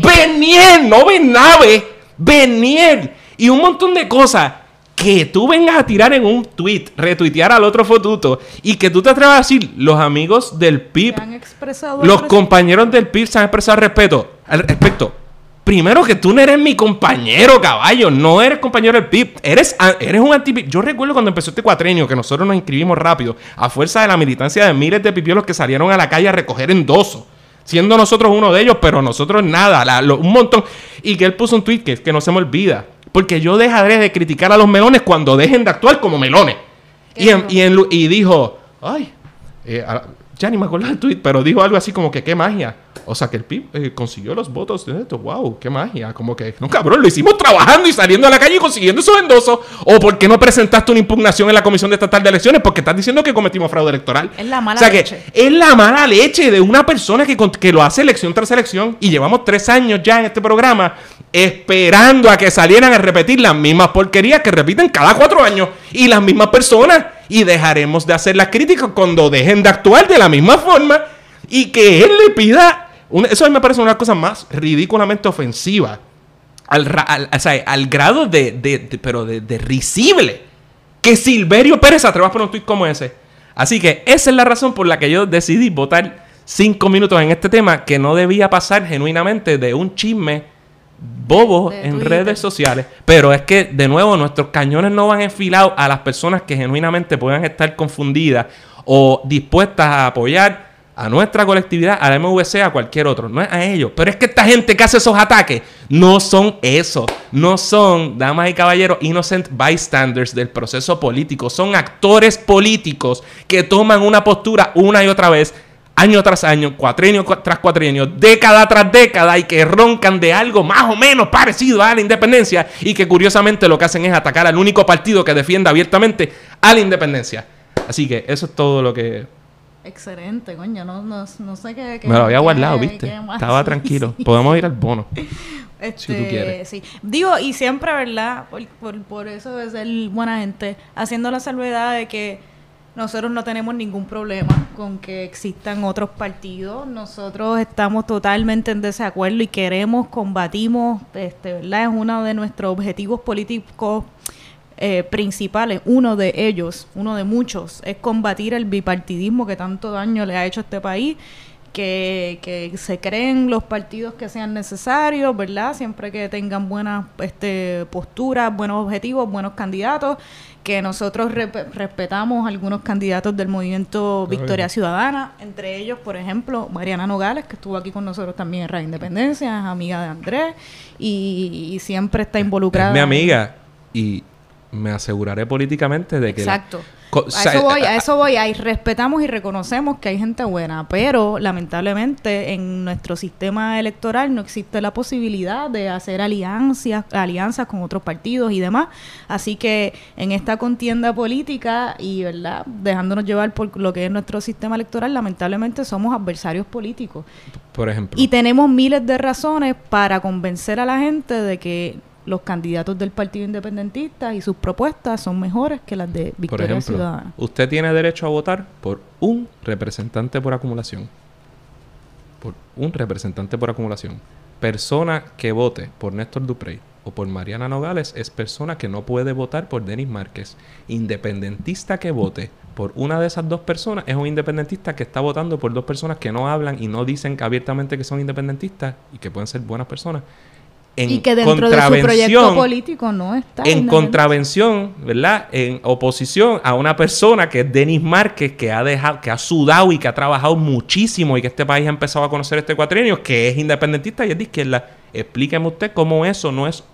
no Bernabe, Bernier, y un montón de cosas. Que tú vengas a tirar en un tweet, retuitear al otro fotuto y que tú te atrevas a decir, los amigos del PIB, los compañeros del PIB se han expresado al respecto. Primero que tú no eres mi compañero, caballo, no eres compañero del PIB, eres un anti-PIB. Yo recuerdo cuando empezó este cuatrenio que nosotros nos inscribimos rápido a fuerza de la militancia de miles de pipiolos que salieron a la calle a recoger endosos. Siendo nosotros uno de ellos, pero nosotros nada, un montón. Y que él puso un tweet que no se me olvida. Porque yo dejaré de criticar a los melones cuando dejen de actuar como melones. Y dijo, ya ni me acuerdo del tweet, pero dijo algo así como que qué magia. O sea, que el PIB consiguió los votos de esto. Wow, qué magia. Como que, no, cabrón, lo hicimos trabajando y saliendo a la calle y consiguiendo esos endosos. ¿O por qué no presentaste una impugnación en la Comisión Estatal de Elecciones? Porque estás diciendo que cometimos fraude electoral. Es la mala leche. Es la mala leche de una persona que lo hace elección tras elección. Y llevamos 3 años ya en este programa esperando a que salieran a repetir las mismas porquerías que repiten cada 4 años. Y las mismas personas. Y dejaremos de hacer las críticas cuando dejen de actuar de la misma forma. Y que él le pida... Eso a mí me parece una cosa más ridículamente ofensiva. Al grado de risible. Que Silverio Pérez se atreva a poner un tuit como ese. Así que esa es la razón por la que yo decidí votar 5 minutos en este tema que no debía pasar genuinamente de un chisme bobo en redes sociales. Pero es que, de nuevo, nuestros cañones no van enfilados a las personas que genuinamente puedan estar confundidas o dispuestas a apoyar a nuestra colectividad, a la MVC, a cualquier otro. No es a ellos. Pero es que esta gente que hace esos ataques no son eso. No son, damas y caballeros, innocent bystanders del proceso político. Son actores políticos que toman una postura una y otra vez, año tras año, cuatrenio tras cuatrenio, década tras década, y que roncan de algo más o menos parecido a la independencia, y que curiosamente lo que hacen es atacar al único partido que defiende abiertamente a la independencia. Así que eso es todo lo que... Excelente, coño, no sé qué... Me lo había guardado, ¿viste? Estaba tranquilo. Sí. Podemos ir al bono. Si tú quieres. Sí. Digo, y siempre, ¿verdad? Por eso de ser buena gente, haciendo la salvedad de que nosotros no tenemos ningún problema con que existan otros partidos. Nosotros estamos totalmente en desacuerdo y combatimos, ¿verdad? Es uno de nuestros objetivos políticos principales, uno de ellos, uno de muchos, es combatir el bipartidismo que tanto daño le ha hecho a este país, que se creen los partidos que sean necesarios, ¿verdad? Siempre que tengan buenas posturas, buenos objetivos, buenos candidatos, que nosotros respetamos algunos candidatos del movimiento Victoria Ciudadana, entre ellos, por ejemplo, Mariana Nogales, que estuvo aquí con nosotros también en Radio Independencia, es amiga de Andrés y siempre está involucrada. Es mi amiga y me aseguraré políticamente de que... Exacto. A eso voy. Ahí respetamos y reconocemos que hay gente buena, pero lamentablemente en nuestro sistema electoral no existe la posibilidad de hacer alianzas con otros partidos y demás. Así que en esta contienda política y, ¿verdad?, dejándonos llevar por lo que es nuestro sistema electoral, lamentablemente somos adversarios políticos. Por ejemplo. Y tenemos miles de razones para convencer a la gente de que los candidatos del Partido Independentista y sus propuestas son mejores que las de Victoria Ciudadana. Usted tiene derecho a votar por un representante por acumulación. Por un representante por acumulación. Persona que vote por Néstor Duprey o por Mariana Nogales es persona que no puede votar por Denis Márquez. Independentista que vote por una de esas dos personas es un independentista que está votando por dos personas que no hablan y no dicen abiertamente que son independentistas y que pueden ser buenas personas. Y que dentro de su proyecto político no está. En contravención, ¿verdad? En oposición a una persona que es Denis Márquez, que ha sudado y que ha trabajado muchísimo y que este país ha empezado a conocer este cuatrienio, que es independentista y es de izquierda. Explíqueme usted cómo eso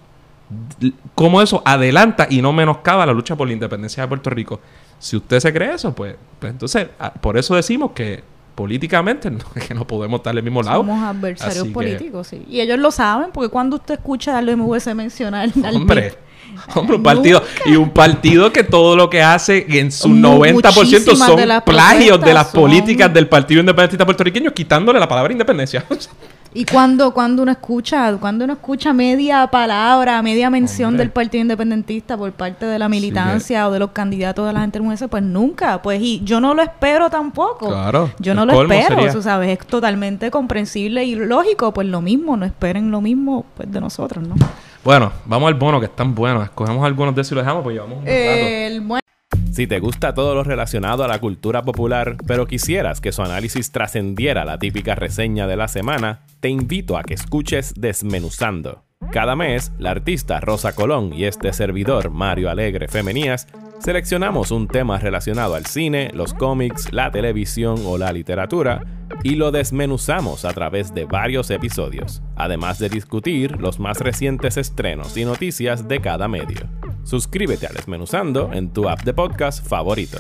adelanta y no menoscaba la lucha por la independencia de Puerto Rico. Si usted se cree eso, pues entonces, por eso decimos que políticamente que no podemos estar al mismo lado. Somos adversarios políticos, sí. Y ellos lo saben, porque cuando usted escucha al MVC mencionar al Hombre, un partido que todo lo que hace en su 90% son plagios de las políticas del Partido Independentista Puertorriqueño, quitándole la palabra independencia. Y cuando uno escucha media palabra, media mención del Partido Independentista por parte de la militancia o de los candidatos de la gente del pues nunca. Pues y yo no lo espero tampoco. Claro. Yo no lo espero, tú sabes, es totalmente comprensible y lógico, pues lo mismo, no esperen lo mismo pues de nosotros, ¿no? Bueno, vamos al bono que están buenos. Escogemos algunos de esos y los dejamos, pues llevamos un rato. Si te gusta todo lo relacionado a la cultura popular, pero quisieras que su análisis trascendiera la típica reseña de la semana, te invito a que escuches Desmenuzando. Cada mes, la artista Rosa Colón y este servidor, Mario Alegre Femenías, seleccionamos un tema relacionado al cine, los cómics, la televisión o la literatura y lo desmenuzamos a través de varios episodios, además de discutir los más recientes estrenos y noticias de cada medio. Suscríbete a Desmenuzando en tu app de podcast favorito.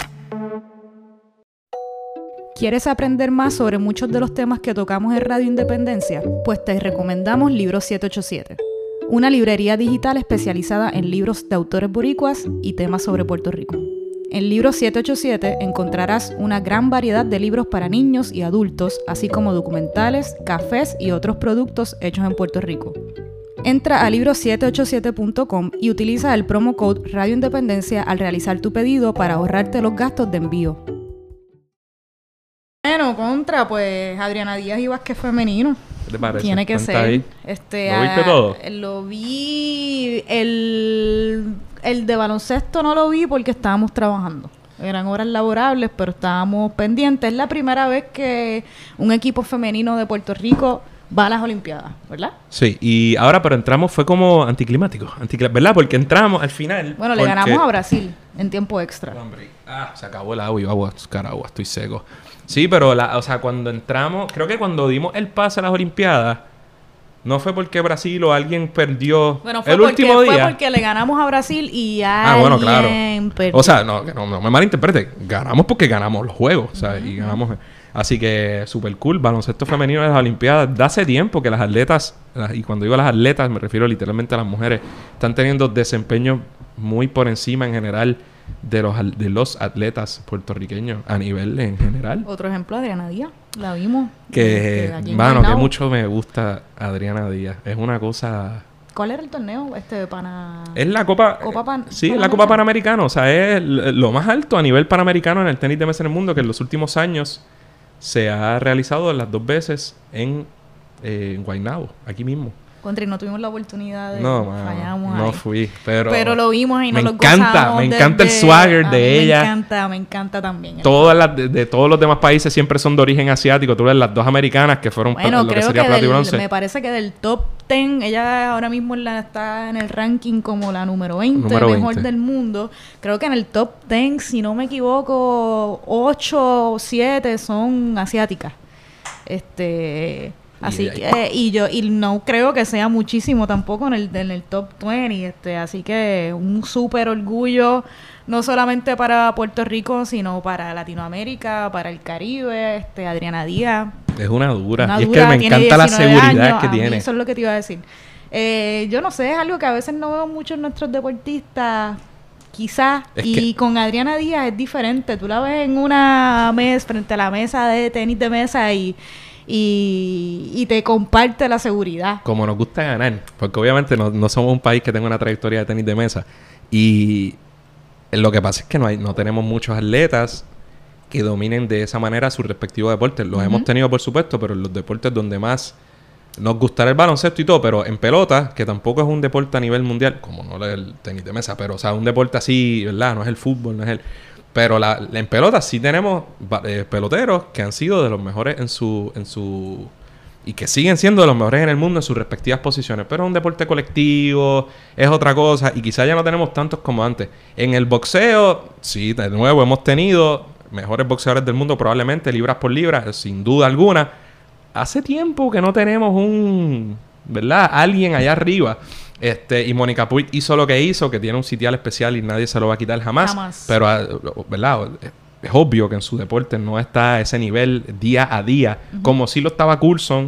¿Quieres aprender más sobre muchos de los temas que tocamos en Radio Independencia? Pues te recomendamos Libros 787, una librería digital especializada en libros de autores boricuas y temas sobre Puerto Rico. En Libros 787 encontrarás una gran variedad de libros para niños y adultos, así como documentales, cafés y otros productos hechos en Puerto Rico. Entra a libros787.com y utiliza el promo code Radio Independencia al realizar tu pedido para ahorrarte los gastos de envío. Bueno, pues Adriana Díaz y básquet femenino. ¿Qué te parece? Tiene que ser. Ahí. ¿Lo viste todo? Lo vi. El de baloncesto no lo vi porque estábamos trabajando. Eran horas laborables, pero estábamos pendientes. Es la primera vez que un equipo femenino de Puerto Rico va a las Olimpiadas, ¿verdad? Sí, y ahora pero entramos fue como anticlimático, ¿verdad? Porque entramos al final. Bueno, le ganamos a Brasil en tiempo extra. Hombre, se acabó el agua y iba a buscar agua, estoy seco. Sí, pero cuando entramos, creo que cuando dimos el pase a las Olimpiadas, no fue porque Brasil o alguien perdió el último día. Fue porque le ganamos a Brasil y alguien perdió. O sea, no me malinterprete. Ganamos porque ganamos los juegos, ¿sabes? Y ganamos. Así que súper cool. Baloncesto femenino de las Olimpiadas. De hace tiempo que las atletas, y cuando digo las atletas me refiero literalmente a las mujeres, están teniendo desempeño muy por encima en general de los atletas puertorriqueños a nivel en general. Otro ejemplo, Adriana Díaz. La vimos. Que mucho me gusta Adriana Díaz. Es una cosa... ¿Cuál era el torneo? Es la Copa... Sí, es la Copa Panamericana. O sea, es lo más alto a nivel panamericano en el tenis de mesa en el mundo, que en los últimos años se ha realizado las 2 veces en Guaynabo, aquí mismo. Contra y no tuvimos la oportunidad de... No, fallamos no ahí. fui. Pero lo vimos y nos lo encanta, gozamos. me encanta el desde- swagger a mí de ella. Me encanta también. Todas las de todos los demás países siempre son de origen asiático. Tú ves las dos americanas que fueron Bueno, lo que creo sería que plata y bronce. me parece que del top 10, ella ahora mismo está en el ranking como la número 20, Número mejor 20. del mundo. Creo que en el top 10, si no me equivoco, 8 o 7 son asiáticas. Así que, y no creo que sea muchísimo tampoco en el top 20, así que un súper orgullo, no solamente para Puerto Rico, sino para Latinoamérica, para el Caribe, Adriana Díaz. Es una dura. Una Y dura, es que me tiene encanta la 19 seguridad años. que A mí tiene. eso es lo que te iba a decir. Yo no sé, es algo que a veces no veo mucho en nuestros deportistas, quizás, Es y con Adriana Díaz es diferente. Tú la ves en una mesa, frente a la mesa de tenis de mesa y te comparte la seguridad. Como nos gusta ganar, porque obviamente no somos un país que tenga una trayectoria de tenis de mesa. Y lo que pasa es que no tenemos muchos atletas que dominen de esa manera sus respectivos deportes. Los hemos tenido, por supuesto, pero en los deportes donde más nos gustará el baloncesto y todo, pero en pelota, que tampoco es un deporte a nivel mundial, como no es el tenis de mesa, pero o sea, un deporte así, ¿verdad? No es el fútbol, no es el... Pero en pelota sí tenemos peloteros que han sido de los mejores en su y que siguen siendo de los mejores en el mundo en sus respectivas posiciones. Pero es un deporte colectivo, es otra cosa, y quizás ya no tenemos tantos como antes. En el boxeo, sí, de nuevo hemos tenido mejores boxeadores del mundo, probablemente libras por libra, sin duda alguna. Hace tiempo que no tenemos ¿verdad? Alguien allá arriba. Y Mónica Puig hizo lo que hizo, que tiene un sitial especial y nadie se lo va a quitar jamás. Pero, ¿verdad? Es obvio que en su deporte no está a ese nivel día a día, como sí lo estaba Coulson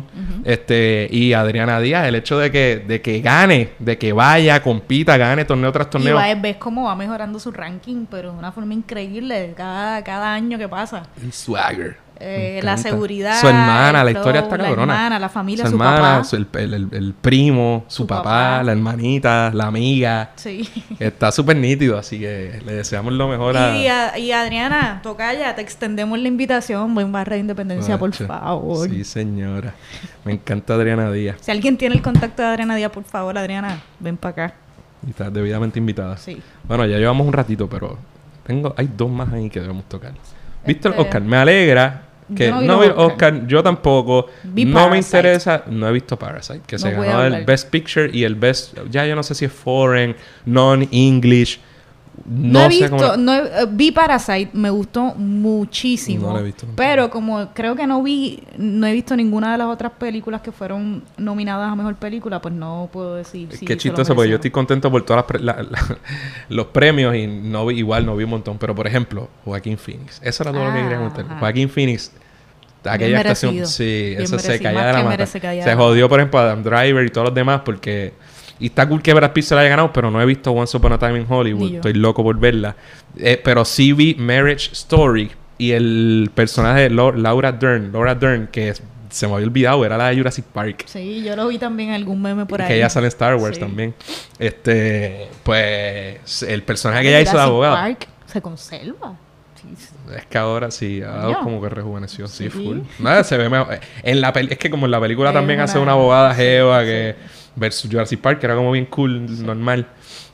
y Adriana Díaz. El hecho de que gane, de que vaya, compita, gane torneo tras torneo. Y ves cómo va mejorando su ranking, pero de una forma increíble cada año que pasa. El swagger. La seguridad. Su hermana, la historia flow, está cabrona. La hermana, la familia, su su hermana, papá. el primo, su papá, la hermanita, la amiga. Sí. Está súper nítido, así que le deseamos lo mejor y Adriana, tocaya, te extendemos la invitación. Buen barra de Independencia, por favor. Sí, señora. Me encanta Adriana Díaz. Si alguien tiene el contacto de Adriana Díaz, por favor, Adriana, ven para acá. Y estás debidamente invitada. Sí. Bueno, ya llevamos un ratito, pero hay dos más ahí que debemos tocar. ¿Viste el Oscar? Me alegra que no vi Oscar. Yo tampoco. Vi no Parasite. me interesa. No he visto Parasite. Que se ganó el Best Picture y el Best... Ya yo no sé si es Foreign, Non-English. No sé cómo... Vi Parasite, me gustó muchísimo. No lo he visto. Pero como creo que no he visto ninguna de las otras películas que fueron nominadas a Mejor Película, pues no puedo decir si Qué chistoso, porque yo estoy contento por todos los premios y igual no vi un montón. Pero, por ejemplo, Joaquín Phoenix. Eso era todo lo que quería contar. Joaquín Phoenix... Aquella actuación... Sí, eso se caía de la mata. Se jodió, por ejemplo, Adam Driver y todos los demás porque... Y está cool que Brad Pitt se la haya ganado, pero no he visto Once Upon a Time in Hollywood. Estoy loco por verla. Pero sí vi Marriage Story y el personaje de Laura Dern, que se me había olvidado, era la de Jurassic Park. Sí, yo lo vi también en algún meme por ahí. Que ella sale en Star Wars también. Pues el personaje que ella hizo de abogado. Jurassic Park se conserva. Es que ahora sí, como que rejuveneció, sí, full. Nada, se ve mejor. Es que como en la película también hace una abogada jeva que... Versus Jurassic Park, que era como bien cool, normal.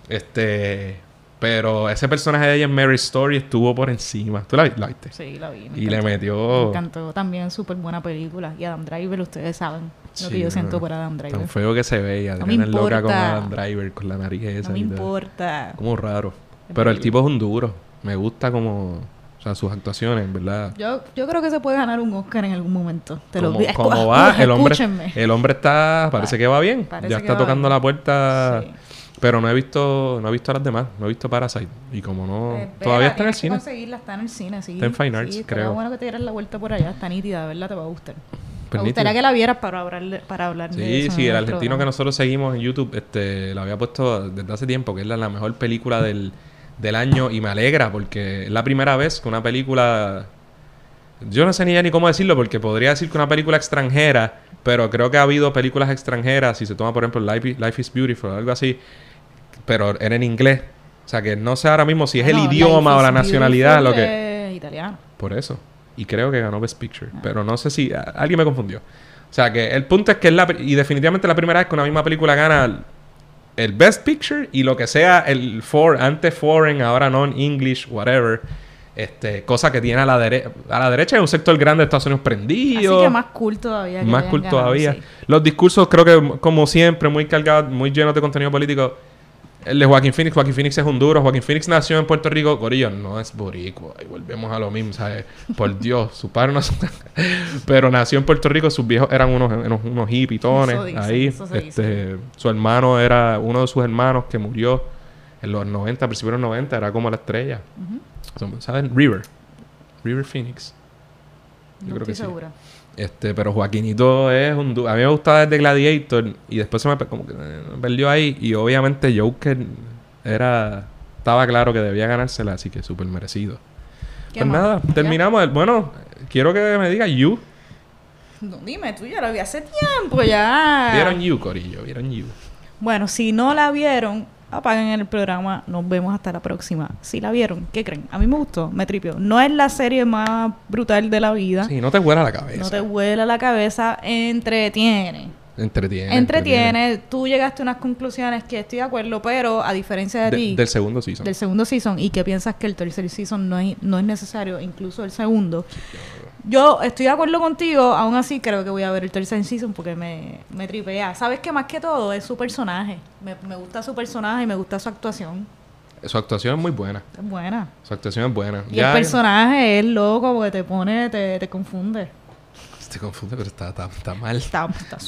Pero ese personaje de ella en Marriage Story estuvo por encima. ¿Tú la viste? Sí, la vi. Y le metió... Me encantó también, súper buena película. Y Adam Driver, ustedes saben lo que yo siento por Adam Driver. Tan feo que se ve. Y Adriana es loca con Adam Driver, con la nariz esa. No me importa. Como raro. Pero el tipo es un duro. Me gusta como... O sea, sus actuaciones, ¿verdad? Yo creo que se puede ganar un Oscar en algún momento. ¿Cómo va? El hombre está... Parece que va bien. Ya está tocando la puerta... Sí. Pero no he visto a las demás. No he visto Parasite. Y como no... todavía está en el cine. Está en el cine, sí. Está en Fine Arts, creo. Está bueno que te dieras la vuelta por allá. Está nítida, ¿verdad? Te va a gustar. Pues me gustaría que la vieras para hablar de eso. Sí, el argentino que nosotros seguimos en YouTube, lo había puesto desde hace tiempo, que es la mejor película del año, y me alegra porque es la primera vez que una película... Yo no sé ni cómo decirlo, porque podría decir que una película extranjera, pero creo que ha habido películas extranjeras, si se toma por ejemplo Life is Beautiful o algo así, pero era en inglés. O sea, que no sé ahora mismo si es el idioma o la nacionalidad lo que... italiano. Por eso. Y creo que ganó Best Picture. Pero no sé si... Alguien me confundió. O sea, que el punto es que y definitivamente la primera vez que una misma película gana el Best Picture y lo que sea el antes foreign, ahora non-English, whatever. Cosa que tiene a la derecha hay un sector grande de Estados Unidos prendido. Así que más cool todavía. Más cool todavía. Sí. Los discursos creo que, como siempre, muy cargados, muy llenos de contenido político. El de Joaquin Phoenix es un duro. Joaquin Phoenix nació en Puerto Rico. Corillo, no es boricua. Y volvemos a lo mismo, ¿sabes? Por Dios, su padre no... Pero nació en Puerto Rico. Sus viejos eran unos hippitones. Ahí. Su hermano era... Uno de sus hermanos que murió en los 90, a principios de los 90. Era como la estrella. ¿Saben? River Phoenix. Yo creo que sí. Segura. Pero Joaquinito es un... A mí me gustaba desde Gladiator y después me perdió ahí. Y obviamente Joker estaba claro que debía ganársela, así que súper merecido. Pues nada, terminamos. Bueno, quiero que me digas You. No, dime, tú ya la vi hace tiempo ya. ¿Vieron You, corillo? ¿Vieron You? Bueno, si no la vieron, apaguen el programa. Nos vemos hasta la próxima. Si la vieron, ¿qué creen? A mí me gustó, me tripió. No es la serie más brutal de la vida. Sí, no te vuela la cabeza. No te vuela la cabeza. Entretiene. Tú llegaste a unas conclusiones que estoy de acuerdo, pero a diferencia de ti... Del segundo season. Del segundo season. Y que piensas que el tercer season no es necesario, incluso el segundo. Yo estoy de acuerdo contigo, aún así creo que voy a ver el tercer season porque me tripea. ¿Sabes qué? Más que todo es su personaje. Me gusta su personaje y me gusta su actuación. Su actuación es muy buena. Es buena. Su actuación es buena. Y el personaje es loco porque te confunde. Te confunde, pero está mal. Está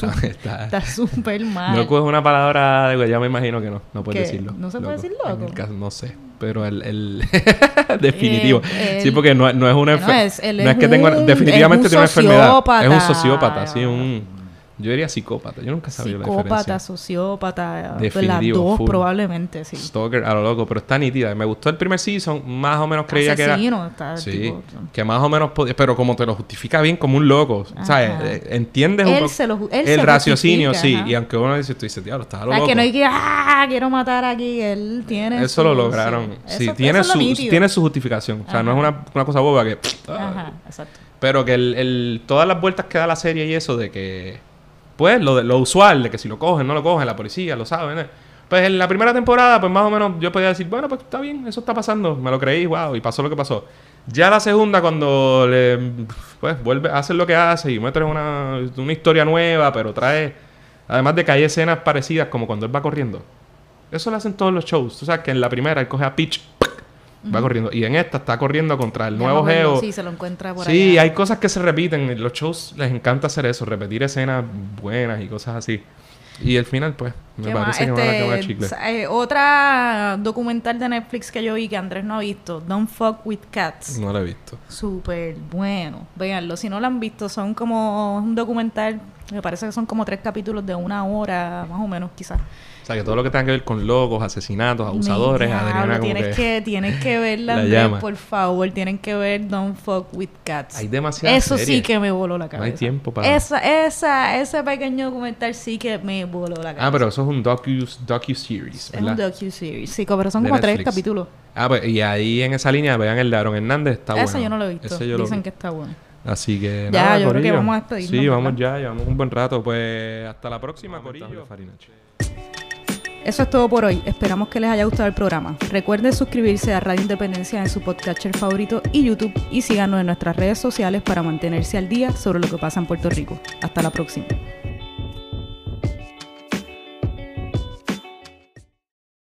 súper mal. Loco es una palabra, ya me imagino que no puedes decirlo. ¿No se puede decir loco? En el caso, no sé. Pero el definitivo. Sí, porque no es una enfermedad. No es que tenga... Definitivamente tiene una enfermedad. Es un sociópata, sí, yo diría psicópata. Yo nunca sabía la diferencia. Psicópata, sociópata. Definitivo, las dos full. Probablemente, sí. Stalker a lo loco. Pero está nítida. Me gustó el primer season. Más o menos creía Asesino, que era... Está sí. Tipo, que más o menos podía... Pero como te lo justifica bien como un loco. ¿Sabes? ¿Entiendes un poco? El raciocinio, sí. Ajá. Y aunque uno dice... Tú dices, diablo, estás a lo loco. Que no hay que... quiero matar aquí. Él tiene eso lo lograron. Sí, tiene su justificación. O sea, no es una cosa boba que... Ajá, exacto. Pero que todas las vueltas que da la serie y eso de que... Pues lo usual, de que si lo cogen, no lo cogen, la policía lo sabe, ¿no? Pues en la primera temporada, pues más o menos yo podía decir, bueno, pues está bien, eso está pasando, me lo creí, wow, y pasó lo que pasó. Ya la segunda, cuando vuelve a hacer lo que hace y muestra una historia nueva, pero trae, además de que hay escenas parecidas como cuando él va corriendo. Eso lo hacen todos los shows. Tú sabes que en la primera él coge a Peach, va corriendo. Y en esta está corriendo contra el nuevo geo. Sí, se lo encuentra por ahí. Sí, hay cosas que se repiten. En los shows les encanta hacer eso. Repetir escenas buenas y cosas así. Y el final, pues, me parece que van a quemar chicle. Otra documental de Netflix que yo vi que Andrés no ha visto. Don't Fuck With Cats. No la he visto. Súper bueno. Véanlo. Si no lo han visto, son como un documental. Me parece que son como 3 capítulos de 1 hora, más o menos, quizás. O sea, que todo lo que tenga que ver con locos, asesinatos, abusadores, Adriana como tienes que verla, Andrés, por favor. Tienen que ver Don't Fuck With Cats. Hay demasiadas Eso series. Sí que me voló la cabeza. No hay tiempo para... Ese pequeño documental sí que me voló la cabeza. Pero eso es un docu-series, ¿verdad? Es un docu-series. Sí, pero son como 3 capítulos. Pues y ahí en esa línea vean el de Aaron Hernández. Está bueno. Ese yo no lo he visto. Dicen que está bueno. Así que ya, nada, yo creo que vamos a despedirnos. Sí, vamos ya. Llevamos un buen rato. Pues hasta la próxima, corillo. Eso es todo por hoy. Esperamos que les haya gustado el programa. Recuerden suscribirse a Radio Independencia en su podcatcher favorito y YouTube y síganos en nuestras redes sociales para mantenerse al día sobre lo que pasa en Puerto Rico. Hasta la próxima.